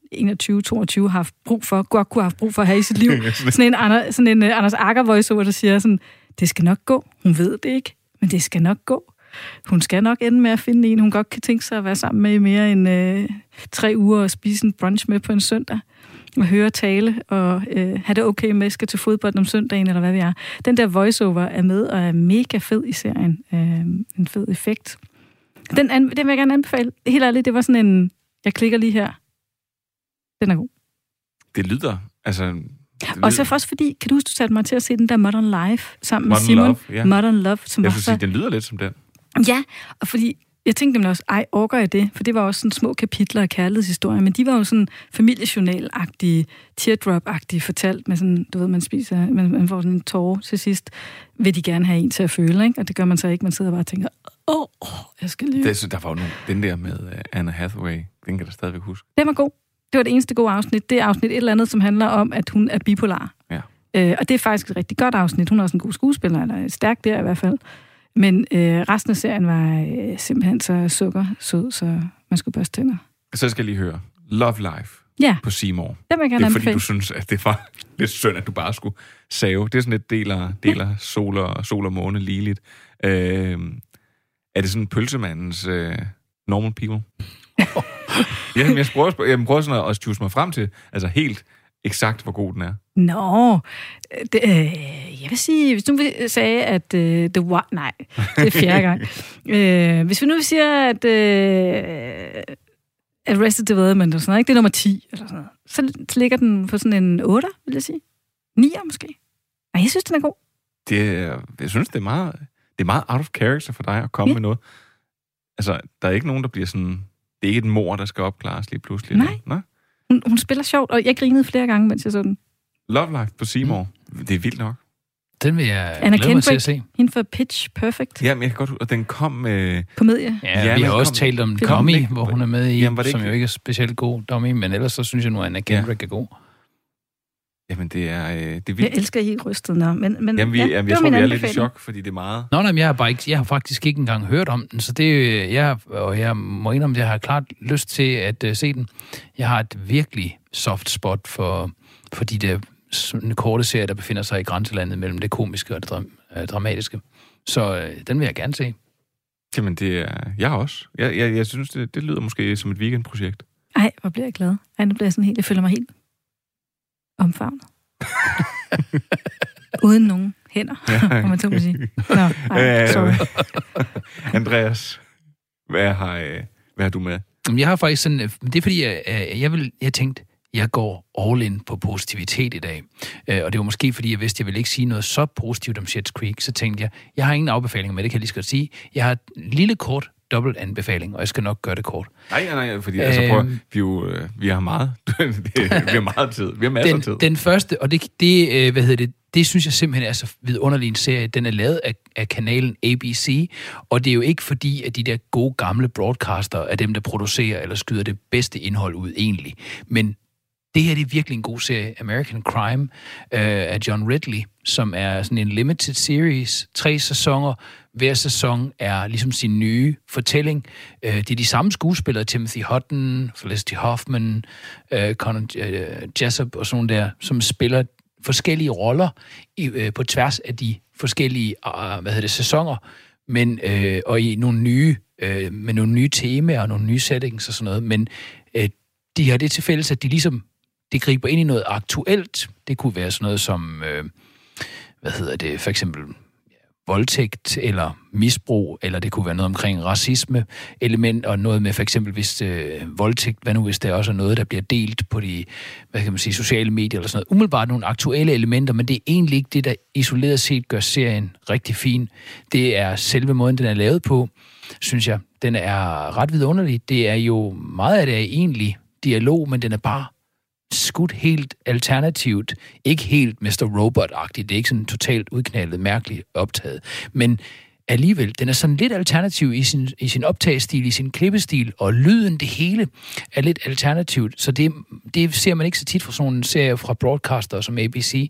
enogtyve toogtyve har haft brug for, godt kunne have haft brug for at have i sit liv. Sådan en, Ander, sådan en uh, Anders Agger voiceover, der siger sådan, det skal nok gå. Hun ved det ikke, men det skal nok gå. Hun skal nok ende med at finde en, hun godt kan tænke sig at være sammen med i mere end øh, tre uger og spise en brunch med på en søndag. Og høre tale og øh, have det okay med, skal til fodbold om søndagen, eller hvad vi er. Den der voiceover er med og er mega fed i serien. Øh, en fed effekt. Den, an, den vil jeg gerne anbefale. Helt ærligt, det var sådan en, jeg klikker lige her. Den er god. Det lyder, altså... Det og så også fordi, kan du huske, du satte mig til at se den der Modern Life sammen Modern med Simon? Love, ja. Modern Love, som jeg var skulle så... sige, den lyder lidt som den. Ja, og fordi jeg tænkte nemlig også, ej, orker jeg det? For det var også sådan små kapitler af kærlighedshistorier, men de var jo sådan familiejournal-agtige, teardrop-agtige fortalt med sådan, du ved, man spiser, man, man får sådan en tåre til sidst, vil de gerne have en til at føle, ikke? Og det gør man så ikke, man sidder bare og tænker, åh, oh, jeg skal lige... Det, der var jo nogle, den der med uh, Anna Hathaway, den kan du stadigvæk huske. Den var god. Det var det eneste gode afsnit. Det er afsnit et eller andet, som handler om, at hun er bipolar. Ja. Øh, og det er faktisk et rigtig godt afsnit. Hun er også en god skuespiller, eller stærk der i hvert fald. Men øh, resten af serien var øh, simpelthen så sukkersød, så man skulle børste tænder. Så skal jeg lige høre Love Life ja. på C More. Det vil jeg gerne Det er fordi, anbefale. du synes, at det var lidt synd, at du bare skulle save. Det er sådan et deler, deler ja. sol, og, sol og måne ligeligt. Øh, er det sådan pølsemandens øh, normal people? Ja, jeg prøver, jeg prøver sådan at juice mig frem til, altså helt eksakt, hvor god den er. Nå, det, øh, jeg vil sige, hvis du sagde, at øh, The What... Nej, det er fjerde gang. øh, hvis vi nu siger, at øh, Arrested Development og sådan noget, ikke? Det er nummer ti, eller sådan noget, så ligger den på sådan en otter, vil jeg sige. nier måske. Nej, jeg synes, den er god. Det er, jeg synes, det er meget, det er meget out of character for dig at komme ja. med noget. Altså, der er ikke nogen, der bliver sådan... Det er ikke et mord, der skal opklares lige pludselig. Nej. Nej? Hun, hun spiller sjovt, og jeg grinede flere gange, mens jeg så den. Love Life på C More. Mm. Det er vildt nok. Den vil jeg Anna glæde mig til at se. Hende for Pitch Perfect. Ja, men jeg kan godt... Og den kom med... Komedie. Ja, ja vi har også kom, talt om Tommy, hvor hun er med i, jamen, som ikke? jo ikke er specielt god, Tommy, men ellers så synes jeg nu, at Anna Kendrick ja. er god. Jamen, det er, øh, det er vildt. Jeg elsker helt rystet, nå. Men, men, jamen, vi, ja, jamen, jeg tror, vi er lidt i chok, fordi det er meget... Nå, nej, men jeg har, bare ikke, jeg har faktisk ikke engang hørt om den, så det jeg, og jeg må indrømme, at jeg har klart lyst til at uh, se den. Jeg har et virkelig soft spot for, for de der korte serier, der befinder sig i grænselandet mellem det komiske og det dram, uh, dramatiske. Så uh, den vil jeg gerne se. Jamen, det er... Jeg også. Jeg, jeg, jeg synes, det, det lyder måske som et weekendprojekt. Ej, hvor bliver jeg glad. Ej, nu bliver jeg sådan helt... Jeg føler mig helt omfavnet. Uden nogen hænder, ja. Om man så må sige. Nå, ej, sorry. Andreas, hvad har, hvad har du med? Jeg har faktisk sådan... Det er fordi, jeg, jeg, vil, jeg tænkte, jeg går all in på positivitet i dag. Og det var måske, fordi jeg vidste, at jeg ville ikke sige noget så positivt om Schitt's Creek. Så tænkte jeg, jeg har ingen afbefalinger med det, kan jeg lige skal sige. Jeg har et lille kort dobbelt anbefaling, og jeg skal nok gøre det kort. Nej, nej, nej, fordi altså, prøv, vi, jo, vi har meget, vi har meget tid, vi har masser den, af tid. Den første, og det, det, hvad hedder det, det synes jeg simpelthen er så vidunderlig en serie. Den er lavet af, af kanalen A B C, og det er jo ikke fordi, at de der gode gamle broadcaster er dem, der producerer eller skyder det bedste indhold ud egentlig. Men det her det er virkelig en god serie. American Crime øh, af John Ridley, som er sådan en limited series. Tre sæsoner. Hver sæson er ligesom sin nye fortælling. Øh, det er de samme skuespillere, Timothy Hutton, Felicity Huffman, øh, Conor øh, Jessup og sådan der, som spiller forskellige roller i, øh, på tværs af de forskellige øh, hvad hedder det, sæsoner, men, øh, og i nogle nye, øh, med nogle nye temaer og nogle nye settings og sådan noget. Men øh, de har det til fælles, at de ligesom det griber ind i noget aktuelt. Det kunne være sådan noget som, øh, hvad hedder det, for eksempel ja, voldtægt eller misbrug, eller det kunne være noget omkring racisme element, og noget med for eksempel, hvis øh, voldtægt, hvad nu hvis det også er noget, der bliver delt på de, hvad kan man sige, sociale medier eller sådan noget. Umiddelbart nogle aktuelle elementer, men det er egentlig ikke det, der isoleret set gør serien rigtig fin. Det er selve måden, den er lavet på, synes jeg. Den er ret vidunderlig. Det er jo meget af det er egentlig dialog, men den er bare skudt helt alternativt. Ikke helt mister Robot-agtigt. Det er ikke sådan totalt udknaldet, mærkeligt optaget. Men alligevel, den er sådan lidt alternativ i sin, i sin optagestil, i sin klippestil, og lyden, det hele er lidt alternativt. Så det, det ser man ikke så tit fra sådan en serie fra broadcaster som A B C.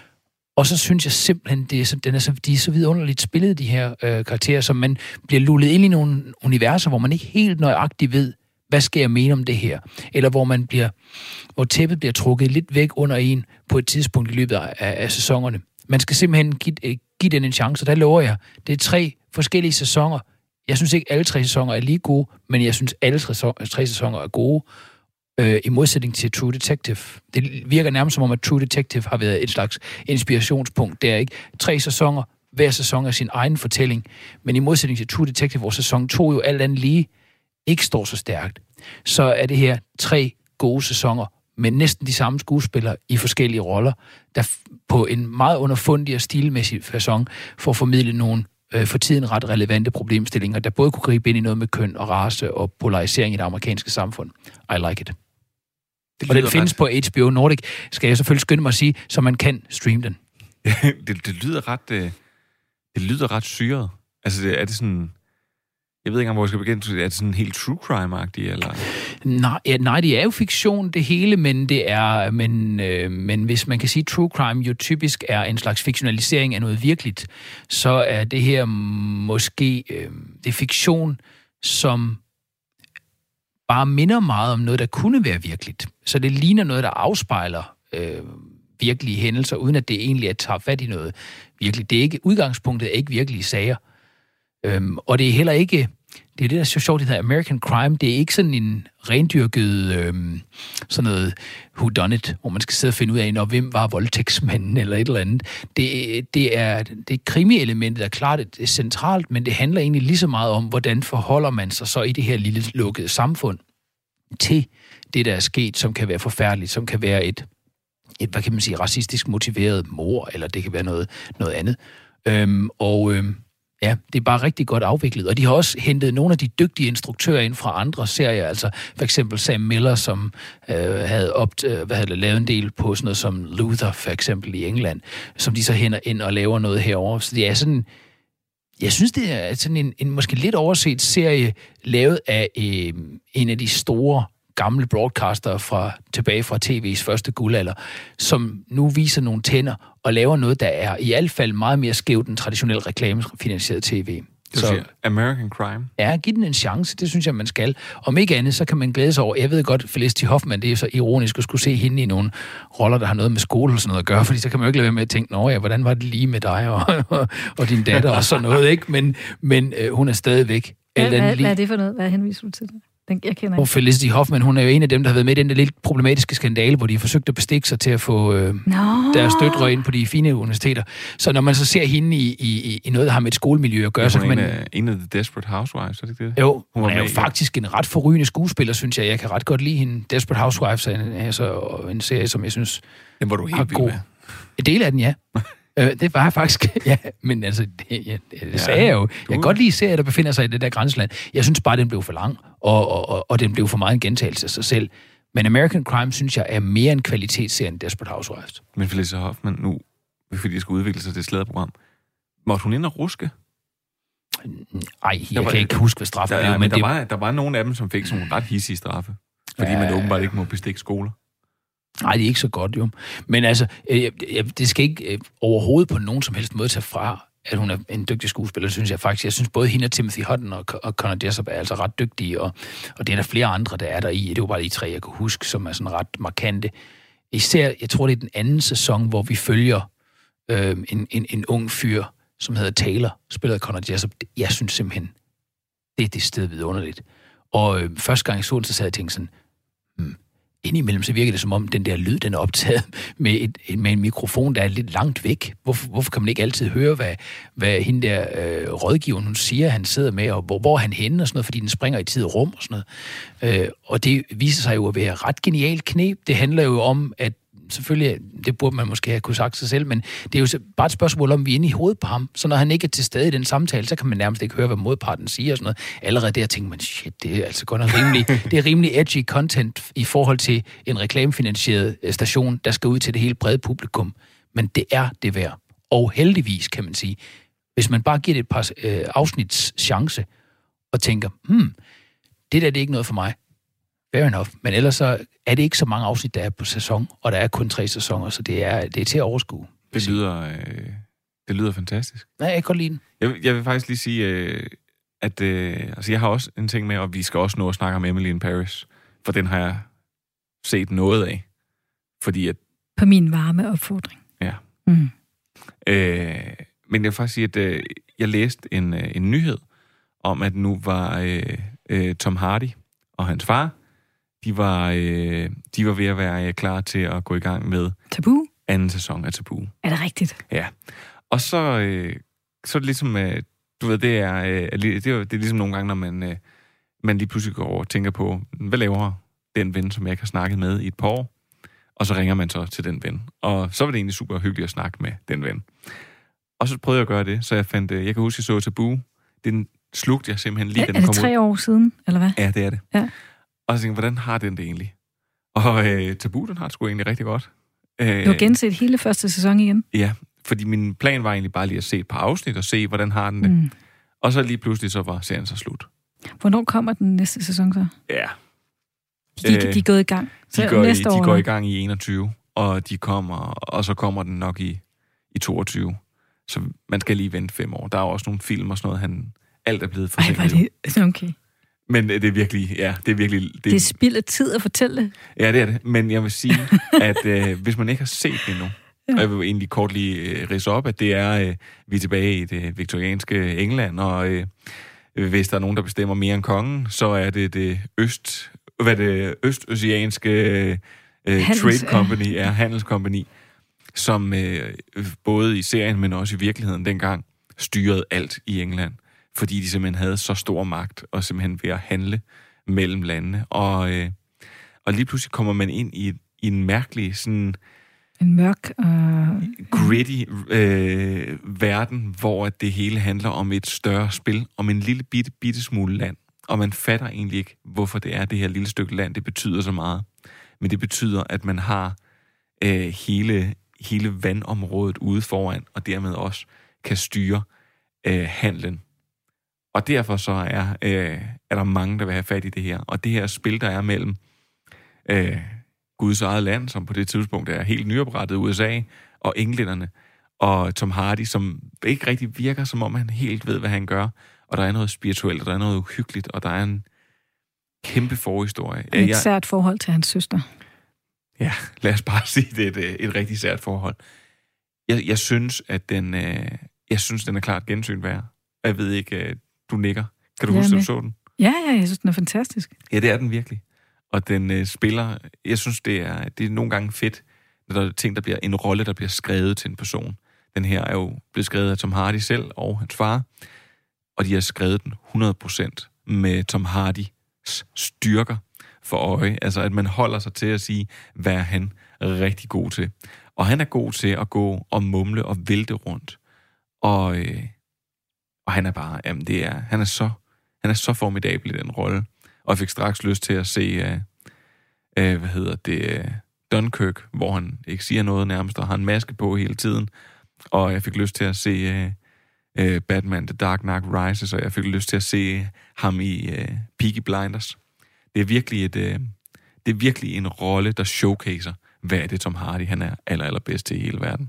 Og så synes jeg simpelthen, det er så, den er så, de er så vidunderligt spillet, de her øh, karakterer, som man bliver lullet ind i nogle universer, hvor man ikke helt nøjagtigt ved, hvad skal jeg mene om det her? Eller hvor man bliver, hvor tæppet bliver trukket lidt væk under en på et tidspunkt i løbet af, af sæsonerne. Man skal simpelthen give, give den en chance, og der lover jeg. Det er tre forskellige sæsoner. Jeg synes ikke, alle tre sæsoner er lige gode, men jeg synes, alle tre, tre sæsoner er gode, øh, i modsætning til True Detective. Det virker nærmest som om, at True Detective har været et slags inspirationspunkt. Det er ikke tre sæsoner, hver sæson er sin egen fortælling, men i modsætning til True Detective, hvor sæson to jo alt andet lige ikke står så stærkt, så er det her tre gode sæsoner med næsten de samme skuespillere i forskellige roller, der på en meget underfundig og stilmæssig facon får formidlet nogle øh, for tiden ret relevante problemstillinger, der både kunne gribe ind i noget med køn og race og polarisering i det amerikanske samfund. I like it. Det og den findes ret... på H B O Nordic, skal jeg selvfølgelig skynde mig at sige, så man kan streame den. det, det lyder ret øh, det lyder ret syret. Altså, det, er det sådan... Jeg ved ikke engang, hvor jeg skal begynde. Er det sådan helt true crime-agtigt, eller? Nej, ja, nej, det er jo fiktion, det hele, men det er, men, øh, men hvis man kan sige, true crime jo typisk er en slags fiktionalisering af noget virkeligt, så er det her måske, øh, det er fiktion, som bare minder meget om noget, der kunne være virkeligt. Så det ligner noget, der afspejler øh, virkelige hændelser, uden at det egentlig er tager fat i noget virkeligt. Det er ikke, udgangspunktet er ikke virkelige sager. Øhm, og det er heller ikke, det er det, der er så sjovt, det hedder American Crime, det er ikke sådan en rendyrket, øhm, sådan noget whodunit, hvor man skal sidde og finde ud af, når hvem var voldtægtsmanden eller et eller andet. Det, det er det krimi-element, der er klart det er centralt, men det handler egentlig lige så meget om, hvordan forholder man sig så i det her lille lukkede samfund til det, der er sket, som kan være forfærdeligt, som kan være et, et hvad kan man sige, racistisk motiveret mord, eller det kan være noget, noget andet. Øhm, og øhm, ja, det er bare rigtig godt afviklet. Og de har også hentet nogle af de dygtige instruktører ind fra andre serier. Altså for eksempel Sam Miller, som øh, havde, opt, øh, hvad havde lavet en del på sådan noget som Luther, for eksempel i England, som de så henter ind og laver noget herover. Så det er sådan... Jeg synes, det er sådan en, en måske lidt overset serie, lavet af øh, en af de store gamle broadcaster fra, tilbage fra tv's første guldalder, som nu viser nogle tænder og laver noget, der er i hvert fald meget mere skævt end traditionel reklamefinansieret tv. Det så, siger American Crime. Ja, giv den en chance, det synes jeg, man skal. Om ikke andet, så kan man glæde sig over, jeg ved godt, Felicity Huffman, det er så ironisk at skulle se hende i nogle roller, der har noget med skole og sådan noget at gøre, fordi så kan man jo ikke lade være med at tænke, nå ja, hvordan var det lige med dig og, og, og din datter og sådan noget, ikke? Men, men øh, hun er stadigvæk. Hvad, hvad, hvad er det for noget? Hvad henviser du til det? Den, jeg kender og Felicity Huffman, hun er jo en af dem, der har været med i den der lidt problematiske skandale, hvor de har forsøgt at bestikke sig til at få øh, no. deres døtre ind på de fine universiteter. Så når man så ser hende i, i, i noget, der har med et skolemiljø at gøre, ja, så kan man... En af, en af The Desperate Housewives, er det ikke det? Jo, hun, hun er jo faktisk en ret forrygende skuespiller, synes jeg. Jeg kan ret godt lide hende. Desperate Housewives er en, altså, en serie, som jeg synes... Den var du helt god. Med. En del af den, ja. Øh, det var jeg faktisk, ja, men altså, det, ja, det ja, sagde jeg jo. Jeg kan godt lide serier, der befinder sig i det der grænseland. Jeg synes bare, den blev for lang, og, og, og, og den blev for meget en gentagelse af sig selv. Men American Crime, synes jeg, er mere en kvalitetsserie end Desperate Housewives. Men Felicity Huffman, nu, fordi det skal udvikle sig til et slæderprogram, måtte hun ind og ruske? Ej, jeg var, kan ikke huske, hvad straffen er. Men, men det der, var, der var nogle af dem, som fik sådan nogle ret hissige straffe, fordi ja, man åbenbart ikke må bestikke skoler. Nej, det er ikke så godt, jo. Men altså, øh, det skal ikke øh, overhovedet på nogen som helst måde tage fra, at hun er en dygtig skuespiller, synes jeg faktisk. Jeg synes både hende og Timothy Hutton og, og Conor Jessup er altså ret dygtige, og, og det er der flere andre, der er der i. Det var bare de tre, jeg kunne huske, som er sådan ret markante. Især, jeg tror, det er den anden sæson, hvor vi følger øh, en, en, en ung fyr, som hedder Taylor, spillet af Conor Jessup. Jeg synes simpelthen, det er det sted vidunderligt. Og øh, første gang jeg så det, så sad jeg og tænkte sådan, hmm, indimellem så virker det som om, den der lyd, den er optaget med, et, med en mikrofon, der er lidt langt væk. Hvorfor, hvorfor kan man ikke altid høre, hvad, hvad hende der øh, rådgiveren, hun siger, han sidder med, og hvor, hvor han henne og sådan noget, fordi den springer i tid og rum og sådan noget. Øh, og det viser sig jo at være ret genialt knep. Det handler jo om, at selvfølgelig, det burde man måske have kunne sagt sig selv, men det er jo bare et spørgsmål om, vi er inde i hovedet på ham. Så når han ikke er til stede i den samtale, så kan man nærmest ikke høre, hvad modparten siger og sådan noget. Allerede der tænker man, shit, det er altså godt nok rimelig, det er rimelig edgy content i forhold til en reklamefinansieret station, der skal ud til det hele brede publikum. Men det er det værd. Og heldigvis, kan man sige, hvis man bare giver det et par øh, afsnits chance og tænker, hmm, det der det er ikke noget for mig. Fair enough. Men ellers så er det ikke så mange afsnit, der er på sæson, og der er kun tre sæsoner, så det er, det er til at overskue. Det lyder, øh, det lyder fantastisk. Ja, jeg kan godt lide den. Jeg, jeg vil faktisk lige sige, øh, at øh, altså jeg har også en ting med, og vi skal også nå at snakke om Emily in Paris, for den har jeg set noget af. Fordi at... På min varme opfordring. Ja. Mm. Øh, men jeg vil faktisk sige, at øh, jeg læste en, øh, en nyhed om, at nu var øh, øh, Tom Hardy og hans far, de var, øh, de var ved at være klar til at gå i gang med Tabu? Anden sæson af Tabu. Er det rigtigt? Ja. Og så, øh, så er det ligesom, øh, du ved, det er, øh, det, er, det er ligesom nogle gange, når man, øh, man lige pludselig går over og tænker på, hvad laver den ven, som jeg ikke har snakket med i et par år? Og så ringer man så til den ven. Og så var det egentlig super hyggeligt at snakke med den ven. Og så prøvede jeg at gøre det, så jeg fandt, jeg kan huske, jeg så Tabu. Den slugte jeg simpelthen lige, er, da den kom ud. Er det tre år siden, eller hvad? Ja, det er det. Ja. Og så tænkte jeg, hvordan har den det egentlig? Og øh, Tabu, den har det sgu egentlig rigtig godt. Øh, du har genset hele første sæson igen? Ja, fordi min plan var egentlig bare lige at se et par afsnit og se, hvordan har den det. Mm. Og så lige pludselig, så var serien så slut. Hvornår kommer den næste sæson så? Ja. De, de, de er gået i gang. Så de går, næste i, år, de går i gang i enogtyve, og de kommer, og så kommer den nok i, i toogtyve. Så man skal lige vente fem år. Der er også nogle film og sådan noget, han alt er blevet forsinket. Ej, var det? Okay. Men det er virkelig, ja, det er virkelig... Det, det er spild af tid at fortælle det. Ja, det er det. Men jeg vil sige, at øh, hvis man ikke har set det endnu, ja. Og jeg vil egentlig kort lige øh, ridse op, at det er, øh, vi er tilbage i det viktorianske England, og øh, hvis der er nogen, der bestemmer mere end kongen, så er det det øst, hvad det østøsianske øh, Handels, trade company, ja. er handelskompagni, som øh, både i serien, men også i virkeligheden dengang, styrede alt i England, fordi de simpelthen havde så stor magt, og simpelthen ved at handle mellem landene. Og, øh, og lige pludselig kommer man ind i, i en mærkelig, sådan... En mørk... Uh... gritty øh, verden, hvor det hele handler om et større spil, om en lille bitte, bitte smule land. Og man fatter egentlig ikke, hvorfor det er det her lille stykke land, det betyder så meget. Men det betyder, at man har øh, hele, hele vandområdet ude foran, og dermed også kan styre øh, handlen. Og derfor så er, øh, er der mange, der vil have fat i det her. Og det her spil, der er mellem øh, Guds eget land, som på det tidspunkt er helt nyoprettet U S A, og englænderne, og Tom Hardy, som ikke rigtig virker, som om han helt ved, hvad han gør. Og der er noget spirituelt, og der er noget uhyggeligt, og der er en kæmpe forhistorie. Et jeg, sært forhold til hans søster. Ja, lad os bare sige, det er et, et rigtig sært forhold. Jeg, jeg synes, at den, øh, jeg synes, den er klart gensyn værd. Jeg ved ikke, du nikker. Kan du ja, huske, at du så den? Ja, ja, jeg synes, den er fantastisk. Ja, det er den virkelig. Og den øh, spiller, jeg synes, det er, det er nogle gange fedt, når der er ting, der bliver en rolle, der bliver skrevet til en person. Den her er jo blevet skrevet af Tom Hardy selv og hans far, og de har skrevet den hundrede procent med Tom Hardys styrker for øje. Altså, at man holder sig til at sige, hvad er han rigtig god til. Og han er god til at gå og mumle og vælte rundt. Og, øh, og han er bare, jamen det er, han er så, han er så formidabel i den rolle. Og jeg fik straks lyst til at se, øh, øh, hvad hedder det, øh, Dunkirk, hvor han ikke siger noget nærmest, og har en maske på hele tiden. Og jeg fik lyst til at se øh, øh, Batman The Dark Knight Rises, og jeg fik lyst til at se ham i øh, Peaky Blinders. Det er virkelig et, øh, det er virkelig en rolle, der showcaser, hvad er det Tom Hardy, han er aller, allerbedst til i hele verden.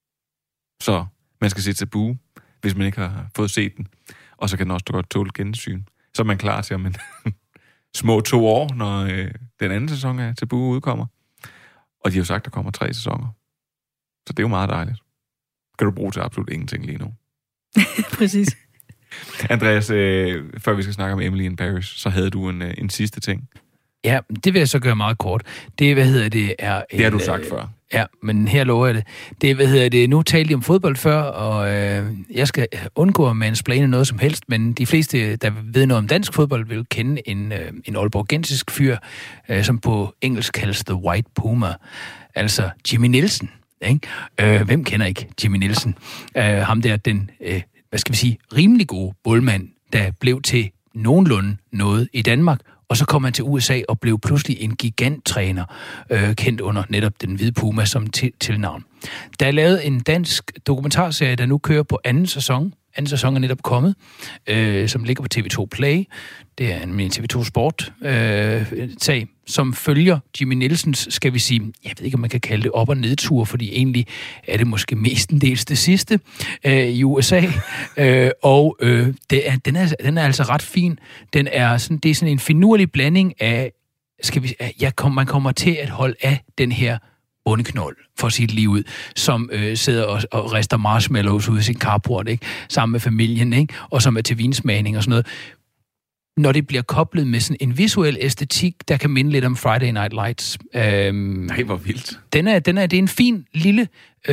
Så man skal se Tabu, hvis man ikke har fået set den. Og så kan den også godt tåle gensyn. Så er man klar til om en små to år, når øh, den anden sæson af Tabu udkommer. Og de har jo sagt, der kommer tre sæsoner. Så det er jo meget dejligt. Kan du bruge til absolut ingenting lige nu. Præcis. Andreas, øh, før vi skal snakke om Emily in Paris, så havde du en, øh, en sidste ting. Ja, det vil jeg så gøre meget kort. Det, hvad hedder det, er... Det har du sagt øh, før. Ja, men her lover jeg det. Det, hvad hedder det, nu talte jeg om fodbold før, og øh, jeg skal undgå at mansplaine noget som helst, men de fleste, der ved noget om dansk fodbold, vil kende en, øh, en aalborgensisk fyr, øh, som på engelsk kaldes The White Puma. Altså Jimmy Nielsen. Ikke? Øh, hvem kender ikke Jimmy Nielsen? Øh, ham der, den, øh, hvad skal vi sige, rimelig gode boldmand, der blev til nogenlunde noget i Danmark, og så kom han til U S A og blev pludselig en giganttræner, øh, kendt under netop den hvide Puma som til, tilnavn. Der er lavet en dansk dokumentarserie, der nu kører på anden sæson, Anden sæson er netop kommet, øh, som ligger på T V to Play. Det er en T V to Sport-tag, øh, som følger Jimmy Nielsens, skal vi sige, jeg ved ikke, om man kan kalde det op- og nedtur, fordi egentlig er det måske mestendels det sidste øh, i U S A. øh, og øh, det er, den, er, den er altså ret fin. Den er sådan, det er sådan en finurlig blanding af, skal vi, jeg kom, man kommer til at holde af den her bondeknold, for at sige det lige ud, som øh, sidder og, og rister marshmallows ud af sin carport, ikke? Sammen med familien, ikke? Og som er til vinsmagning og sådan noget. Når det bliver koblet med sådan en visuel æstetik, der kan minde lidt om Friday Night Lights. Øhm, Nej, hvor vildt. Den er, den er, det er en fin lille,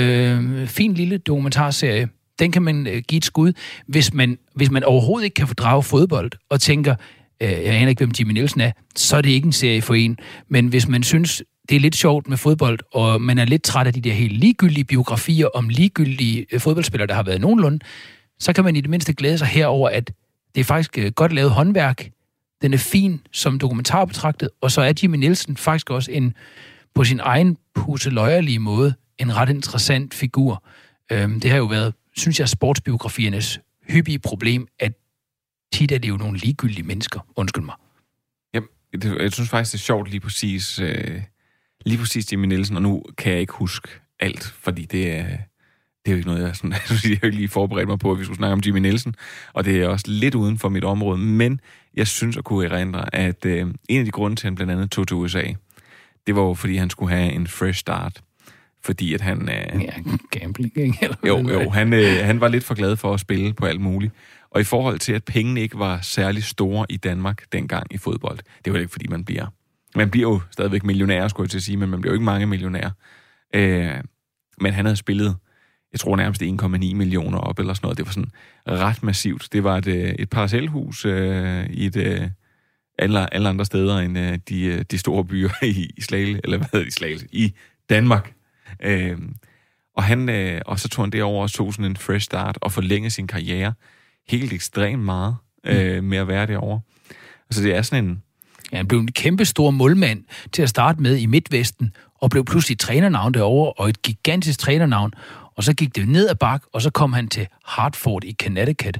øh, fin lille dokumentarserie. Den kan man øh, give et skud, hvis man, hvis man overhovedet ikke kan fordrage fodbold, og tænker, øh, jeg aner ikke, hvem Jimmy Nielsen er, så er det ikke en serie for en. Men hvis man synes, det er lidt sjovt med fodbold, og man er lidt træt af de der helt ligegyldige biografier om ligegyldige øh, fodboldspillere, der har været nogenlunde, så kan man i det mindste glæde sig herover, at det er faktisk øh, godt lavet håndværk. Den er fin som dokumentar betragtet, og så er Jimmy Nielsen faktisk også en, på sin egen pusseløjerlige måde, en ret interessant figur. Øhm, det har jo været, synes jeg, sportsbiografiernes hyppige problem, at tit er det jo nogle ligegyldige mennesker. Undskyld mig. Jamen, det, jeg synes faktisk, det er sjovt lige præcis, øh, lige præcis Jimmy Nielsen, og nu kan jeg ikke huske alt, fordi det er... Det er jo ikke noget, jeg, sådan, jeg har jo ikke lige forberedt mig på, at vi skulle snakke om Jimmy Nielsen, og det er også lidt uden for mit område, men jeg synes at kunne erindre, at øh, en af de grunde til, at han blandt andet tog til U S A, det var jo, fordi han skulle have en fresh start, fordi at han... Øh, ja, gambling, ikke? Eller jo, jo, han, øh, han var lidt for glad for at spille på alt muligt, og i forhold til, at pengene ikke var særlig store i Danmark dengang i fodbold, det var ikke, fordi man bliver... Man bliver jo stadigvæk millionær, skulle jeg til at sige, men man bliver jo ikke mange millionærer. Øh, men han havde spillet jeg tror nærmest en komma ni millioner op, eller sådan noget. Det var sådan ret massivt. Det var et, et parcelhus øh, i et, øh, alle, alle andre steder end øh, de, de store byer i, i Slagelse, eller hvad hedder de, Slagelse, i Danmark. Øh, og, han, øh, og så tog han derover og tog sådan en fresh start og forlængede sin karriere helt ekstremt meget øh, med at være derovre. Altså det er sådan en... Ja, han blev en kæmpe stor målmand til at starte med i Midtvesten, og blev pludselig trænernavn derovre, og et gigantisk trænernavn. Og så gik det ned ad bak, og så kom han til Hartford i Connecticut.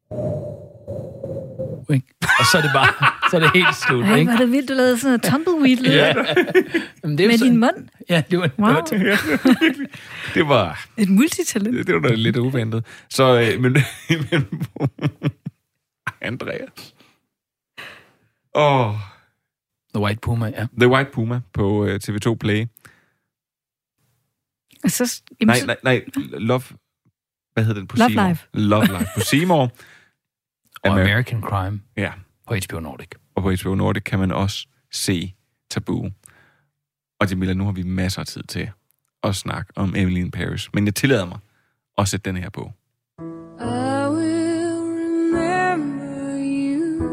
Og så er det bare, så er det helt slut. Ej, ikke? var det vildt, du lavede sådan en tumbleweed-lyd. Ja. Jamen, det er med så... din mund. Ja, det var wow. Ja, det var... Et multitalent. Det, det var da lidt uventet. Så, øh, men... men Andreas. Åh... Oh. The White Puma, ja. The White Puma på uh, T V to Play. Så, nej, nej, nej. Love... Hvad hedder den på Love Seymour? Live. Love Live på Seymour. Og American Crime. Ja. På H B O Nordic. Og på H B O Nordic kan man også se Tabu. Og Jamila, nu har vi masser af tid til at snakke om Emily in Paris. Men jeg tillader mig at sætte den her på. I will remember you.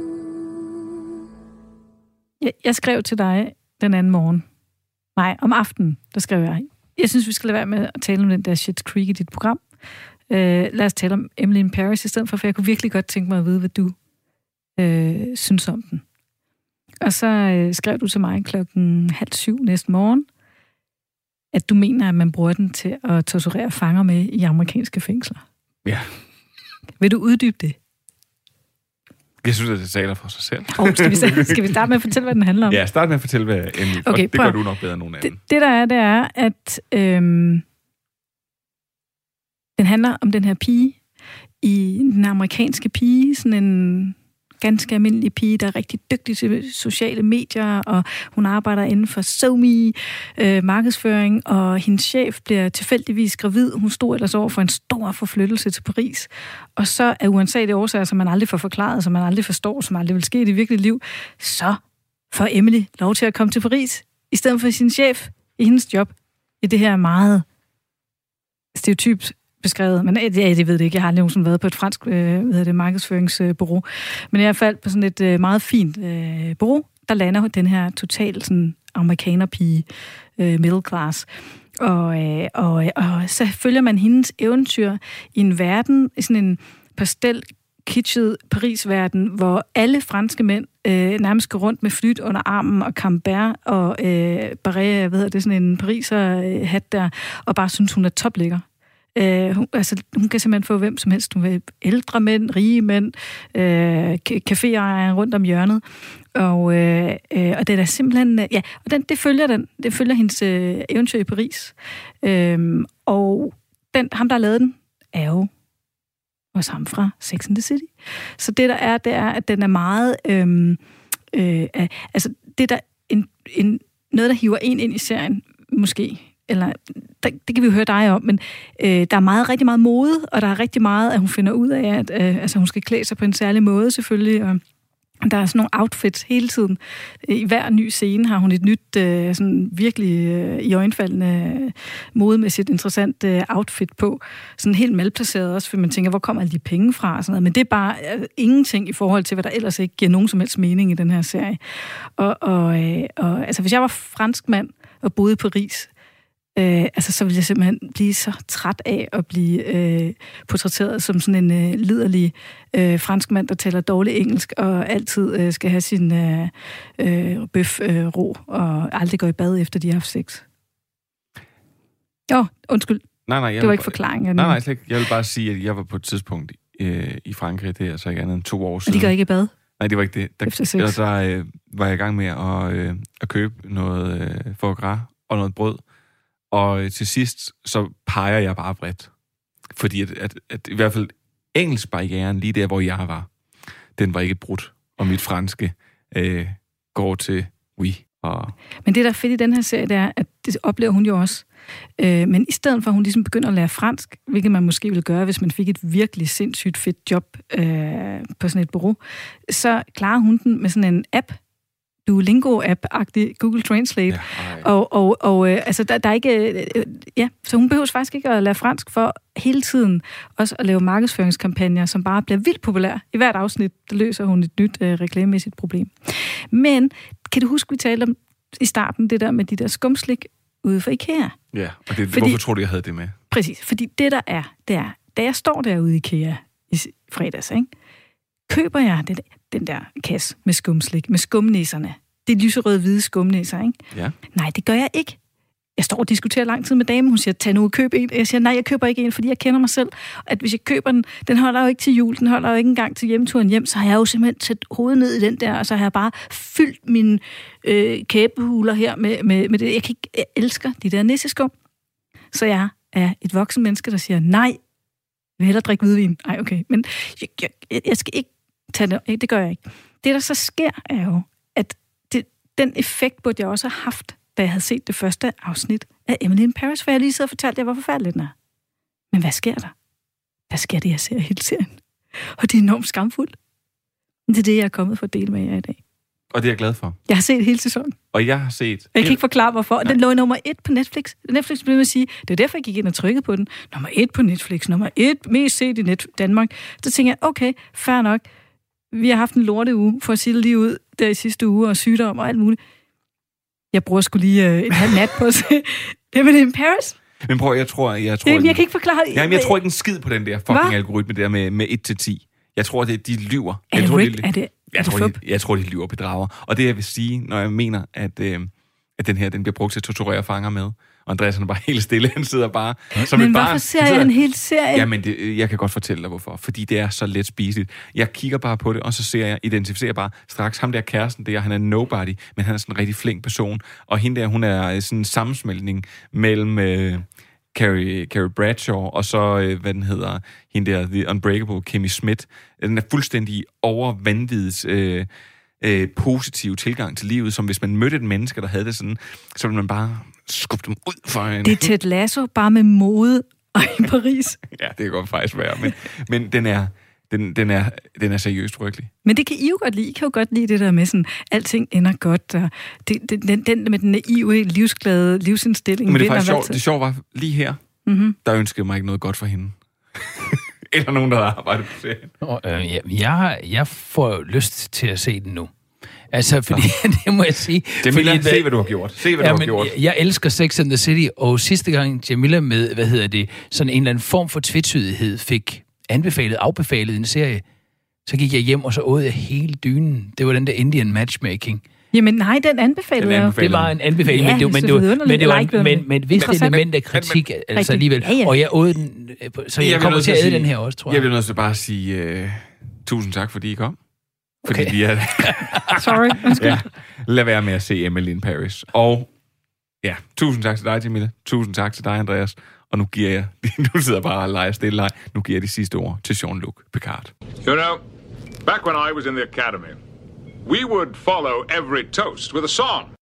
Jeg, jeg skrev til dig den anden morgen. Nej, om aftenen, der skrev jeg. Jeg synes, vi skal lade være med at tale om den der Schitt's Creek i dit program. Uh, lad os tale om Emily in Paris i stedet for, for jeg kunne virkelig godt tænke mig at vide, hvad du uh, synes om den. Og så uh, skrev du til mig klokken halv syv næste morgen, at du mener, at man bruger den til at torturere fanger med i amerikanske fængsler. Ja. Vil du uddybe det? Jeg synes, at det taler for sig selv. Oh, skal, vi, skal vi starte med at fortælle, hvad den handler om? Ja, start med at fortælle, hvad Emily... Okay, det gør du nok bedre end nogen anden. Det, det der er, det er, at øhm, den handler om den her pige, i den amerikanske pige, sådan en ganske almindelig pige, der er rigtig dygtig til sociale medier, og hun arbejder inden for SoMe, øh, markedsføring, og hendes chef bliver tilfældigvis gravid. Hun stod ellers over for en stor forflyttelse til Paris. Og så er uansagelige årsager, som man aldrig får forklaret, som man aldrig forstår, som aldrig vil ske i det virkelige liv, så får Emily lov til at komme til Paris, i stedet for sin chef i hendes job, i det her meget stereotypt beskrevet, men ja, det ved det ikke. Jeg har aldrig nogensinde været på et fransk øh, hvad hedder det, markedsføringsbureau. Men jeg faldt på sådan et øh, meget fint øh, bureau, der lander den her total sådan amerikanerpige, øh, middle class. Og, øh, og, og så følger man hendes eventyr i en verden, i sådan en pastel kitschet Paris-verden, hvor alle franske mænd øh, nærmest går rundt med flyt under armen og Cambert og øh, Barret, hvad hedder det, sådan en pariser-hat der, og bare synes, hun er toplækker. Øh, hun, altså, hun kan simpelthen få hvem som helst. Hun vil ældre mænd, rige mænd, øh, caféejere rundt om hjørnet. Og, øh, øh, og det er simpelthen... Øh, ja, og den, det følger den. Det følger hendes øh, eventyr i Paris. Øh, og den, ham, der har lavet den, er jo også ham fra Sex and the City. Så det, der er, det er, at den er meget... Øh, øh, altså, det der en, en, noget, der hiver en ind i serien, måske... eller der, det kan vi jo høre dig om, men øh, der er meget, rigtig meget mode, og der er rigtig meget, at hun finder ud af, at øh, altså, hun skal klæde sig på en særlig måde selvfølgelig, og der er sådan nogle outfits hele tiden. I hver ny scene har hun et nyt, øh, sådan virkelig øh, iøjnefaldende, modemæssigt interessant øh, outfit på. Sådan helt malplaceret også, for man tænker, hvor kommer alle de penge fra? Og sådan noget. Men det er bare øh, ingenting i forhold til, hvad der ellers ikke giver nogen som helst mening i den her serie. Og, og, øh, og altså, hvis jeg var fransk mand og boede i Paris, Øh, altså, så ville jeg simpelthen blive så træt af at blive øh, portrætteret som sådan en øh, liderlig øh, franskmand, der taler dårligt engelsk, og altid øh, skal have sin øh, øh, bøf øh, ro, og aldrig gå i bad, efter de har haft sex. Jo, undskyld. Nej, nej, jeg det var ikke bare, forklaringen. Nej, nej, slet ikke. Jeg vil bare sige, at jeg var på et tidspunkt øh, i Frankrig, det er altså ikke andet end to år siden. Og de går ikke i bad? Nej, det var ikke det. Der, efter sex? Eller der øh, var jeg i gang med at, øh, at købe noget øh, foie gras og noget brød. Og til sidst, så peger jeg bare bredt. Fordi at, at, at i hvert fald engelskbarrieren, lige der, hvor jeg var, den var ikke brudt. Og mit franske øh, går til oui. Og... Men det, der er fedt i den her serie, det er, at det oplever hun jo også. Øh, men i stedet for, at hun ligesom begynder at lære fransk, hvilket man måske ville gøre, hvis man fik et virkelig sindssygt fedt job øh, på sådan et bureau, så klarer hun den med sådan en app, Duolingo-app-agtig Google Translate. Ja, og og, og øh, altså, der, der er ikke... Øh, ja, så hun behøver faktisk ikke at lære fransk for hele tiden også at lave markedsføringskampagner, som bare bliver vildt populære. I hvert afsnit, der løser hun et nyt øh, reklamemæssigt problem. Men kan du huske, vi talte om i starten, det der med de der skumslik ude for IKEA? Ja, og det, fordi, hvorfor tror du, jeg havde det med? Præcis, fordi det der er, det er, da jeg står derude i IKEA i fredags, ikke? Køber jeg den, den der kasse med skumslik, med skumnæserne. Det er lyserøde hvide skumnæser, ikke? Ja. Nej, det gør jeg ikke. Jeg står og diskuterer lang tid med damen. Hun siger, tag nu og køb en. Jeg siger, nej, jeg køber ikke en, fordi jeg kender mig selv. At hvis jeg køber den, den holder jo ikke til jul, den holder jo ikke engang til hjemturen hjem, så har jeg jo simpelthen sat hovedet ned i den der, og så har jeg bare fyldt mine øh, kæbehuler her med, med, med det. Jeg, kan ikke, jeg elsker de der nisseskum. Så jeg er et voksen menneske, der siger, nej, jeg vil hellere drikke hvidvin. Nej, okay, men jeg, jeg, jeg skal ikke tage det. Det gør jeg ikke. Det, der så sker, er jo, at det, den effekt burde jeg også have haft, da jeg havde set det første afsnit af Emily in Paris, for jeg lige sidder og fortalte jer, hvor forfærdeligt den er. Men hvad sker der? Der sker det, jeg ser hele serien. Og det er enormt skamfuldt. Det er det, jeg er kommet for at dele med jer i dag. Og det er jeg glad for. Jeg har set hele sæsonen. Og jeg har set... Jeg kan ikke forklare, hvorfor. Og den lå nummer et på Netflix. Netflix blev med at sige, det er derfor, jeg gik ind og trykkede på den. Nummer et på Netflix. Nummer et mest set i Net- Danmark. Så tænker jeg, okay, fair nok. Vi har haft en lorte uge, for at sige det lige ud, der i sidste uge, og sygdom og alt muligt. Jeg bruger sgu lige øh, en halv nat på at se Emily in Paris. Men prøv, jeg tror... Jeg, tror, Jamen, jeg kan ikke forklare det. Jamen, jeg tror ikke en skid på den der fucking Hva? algoritme der med, med et til ti. Jeg tror, det, de lyver. Er jeg det tror, Rick? de, Er det, jeg, er tror, det de, jeg tror, de lyver og bedrager. Og det, jeg vil sige, når jeg mener, at, øh, at den her den bliver brugt til at torturere fanger med, og Andreas han er bare helt stille, han sidder bare... Som men et hvorfor barn. ser jeg en hel serie? Jamen, det, jeg kan godt fortælle dig, hvorfor. Fordi det er så let spiseligt. Jeg kigger bare på det, og så ser jeg, identificerer bare straks ham der kæresten der, han er nobody, men han er sådan en rigtig flink person. Og hende der, hun er sådan en sammensmeltning mellem... Øh, Carrie, Carrie Bradshaw, og så, øh, hvad den hedder, hende der, The Unbreakable, Kimmy Schmidt. Den er fuldstændig overvanvittigt øh, øh, positiv tilgang til livet, som hvis man mødte et menneske, der havde det sådan, så ville man bare skubbe dem ud for en... Det er Ted Lasso, bare med mode og i Paris. Ja, det kan godt faktisk være, men, men den er... Den, den, er, den er seriøst frygtelig. Men det kan I jo godt lide. I kan jo godt lide det der med sådan, alting ender godt, og det, det, den, den med den naive, livsglade livsindstilling. Men det er faktisk sjovt. Det sjove var, lige her, mm-hmm. der ønskede mig ikke noget godt for hende. Eller nogen, der har arbejdet på serien. Og, øh, jeg, jeg, jeg får lyst til at se den nu. Altså, fordi, det må jeg sige. Jamila, fordi, se hvad du har gjort. Se hvad ja, du har gjort. Jeg, jeg elsker Sex and the City, og sidste gang Jamila med, hvad hedder det, sådan en eller anden form for tvetydighed fik anbefalet, afbefalet en serie, så gik jeg hjem, og så åd jeg hele dynen. Det var den der Indian matchmaking. Jamen nej, den anbefalede jeg. Det var en anbefaling, ja, men det, men det, var, men det var en, men, men hvis det element af kritik, altså alligevel, ja, ja. Og jeg åd den, så jeg, jeg kommer til at æde den her også, tror jeg. Jeg vil nødt til bare at sige uh, tusind tak, fordi I kom. Fordi okay. de er... Sorry, undskyld. Ja, lad være med at se Emily in Paris. Og ja, tusind tak til dig, Jamila. Tusind tak til dig, Andreas. Og nu giver jeg... Nu sidder jeg bare og leger stille leg. Nu giver jeg de sidste ord til Jean-Luc Picard. You know, back when I was in the academy, we would follow every toast with a song.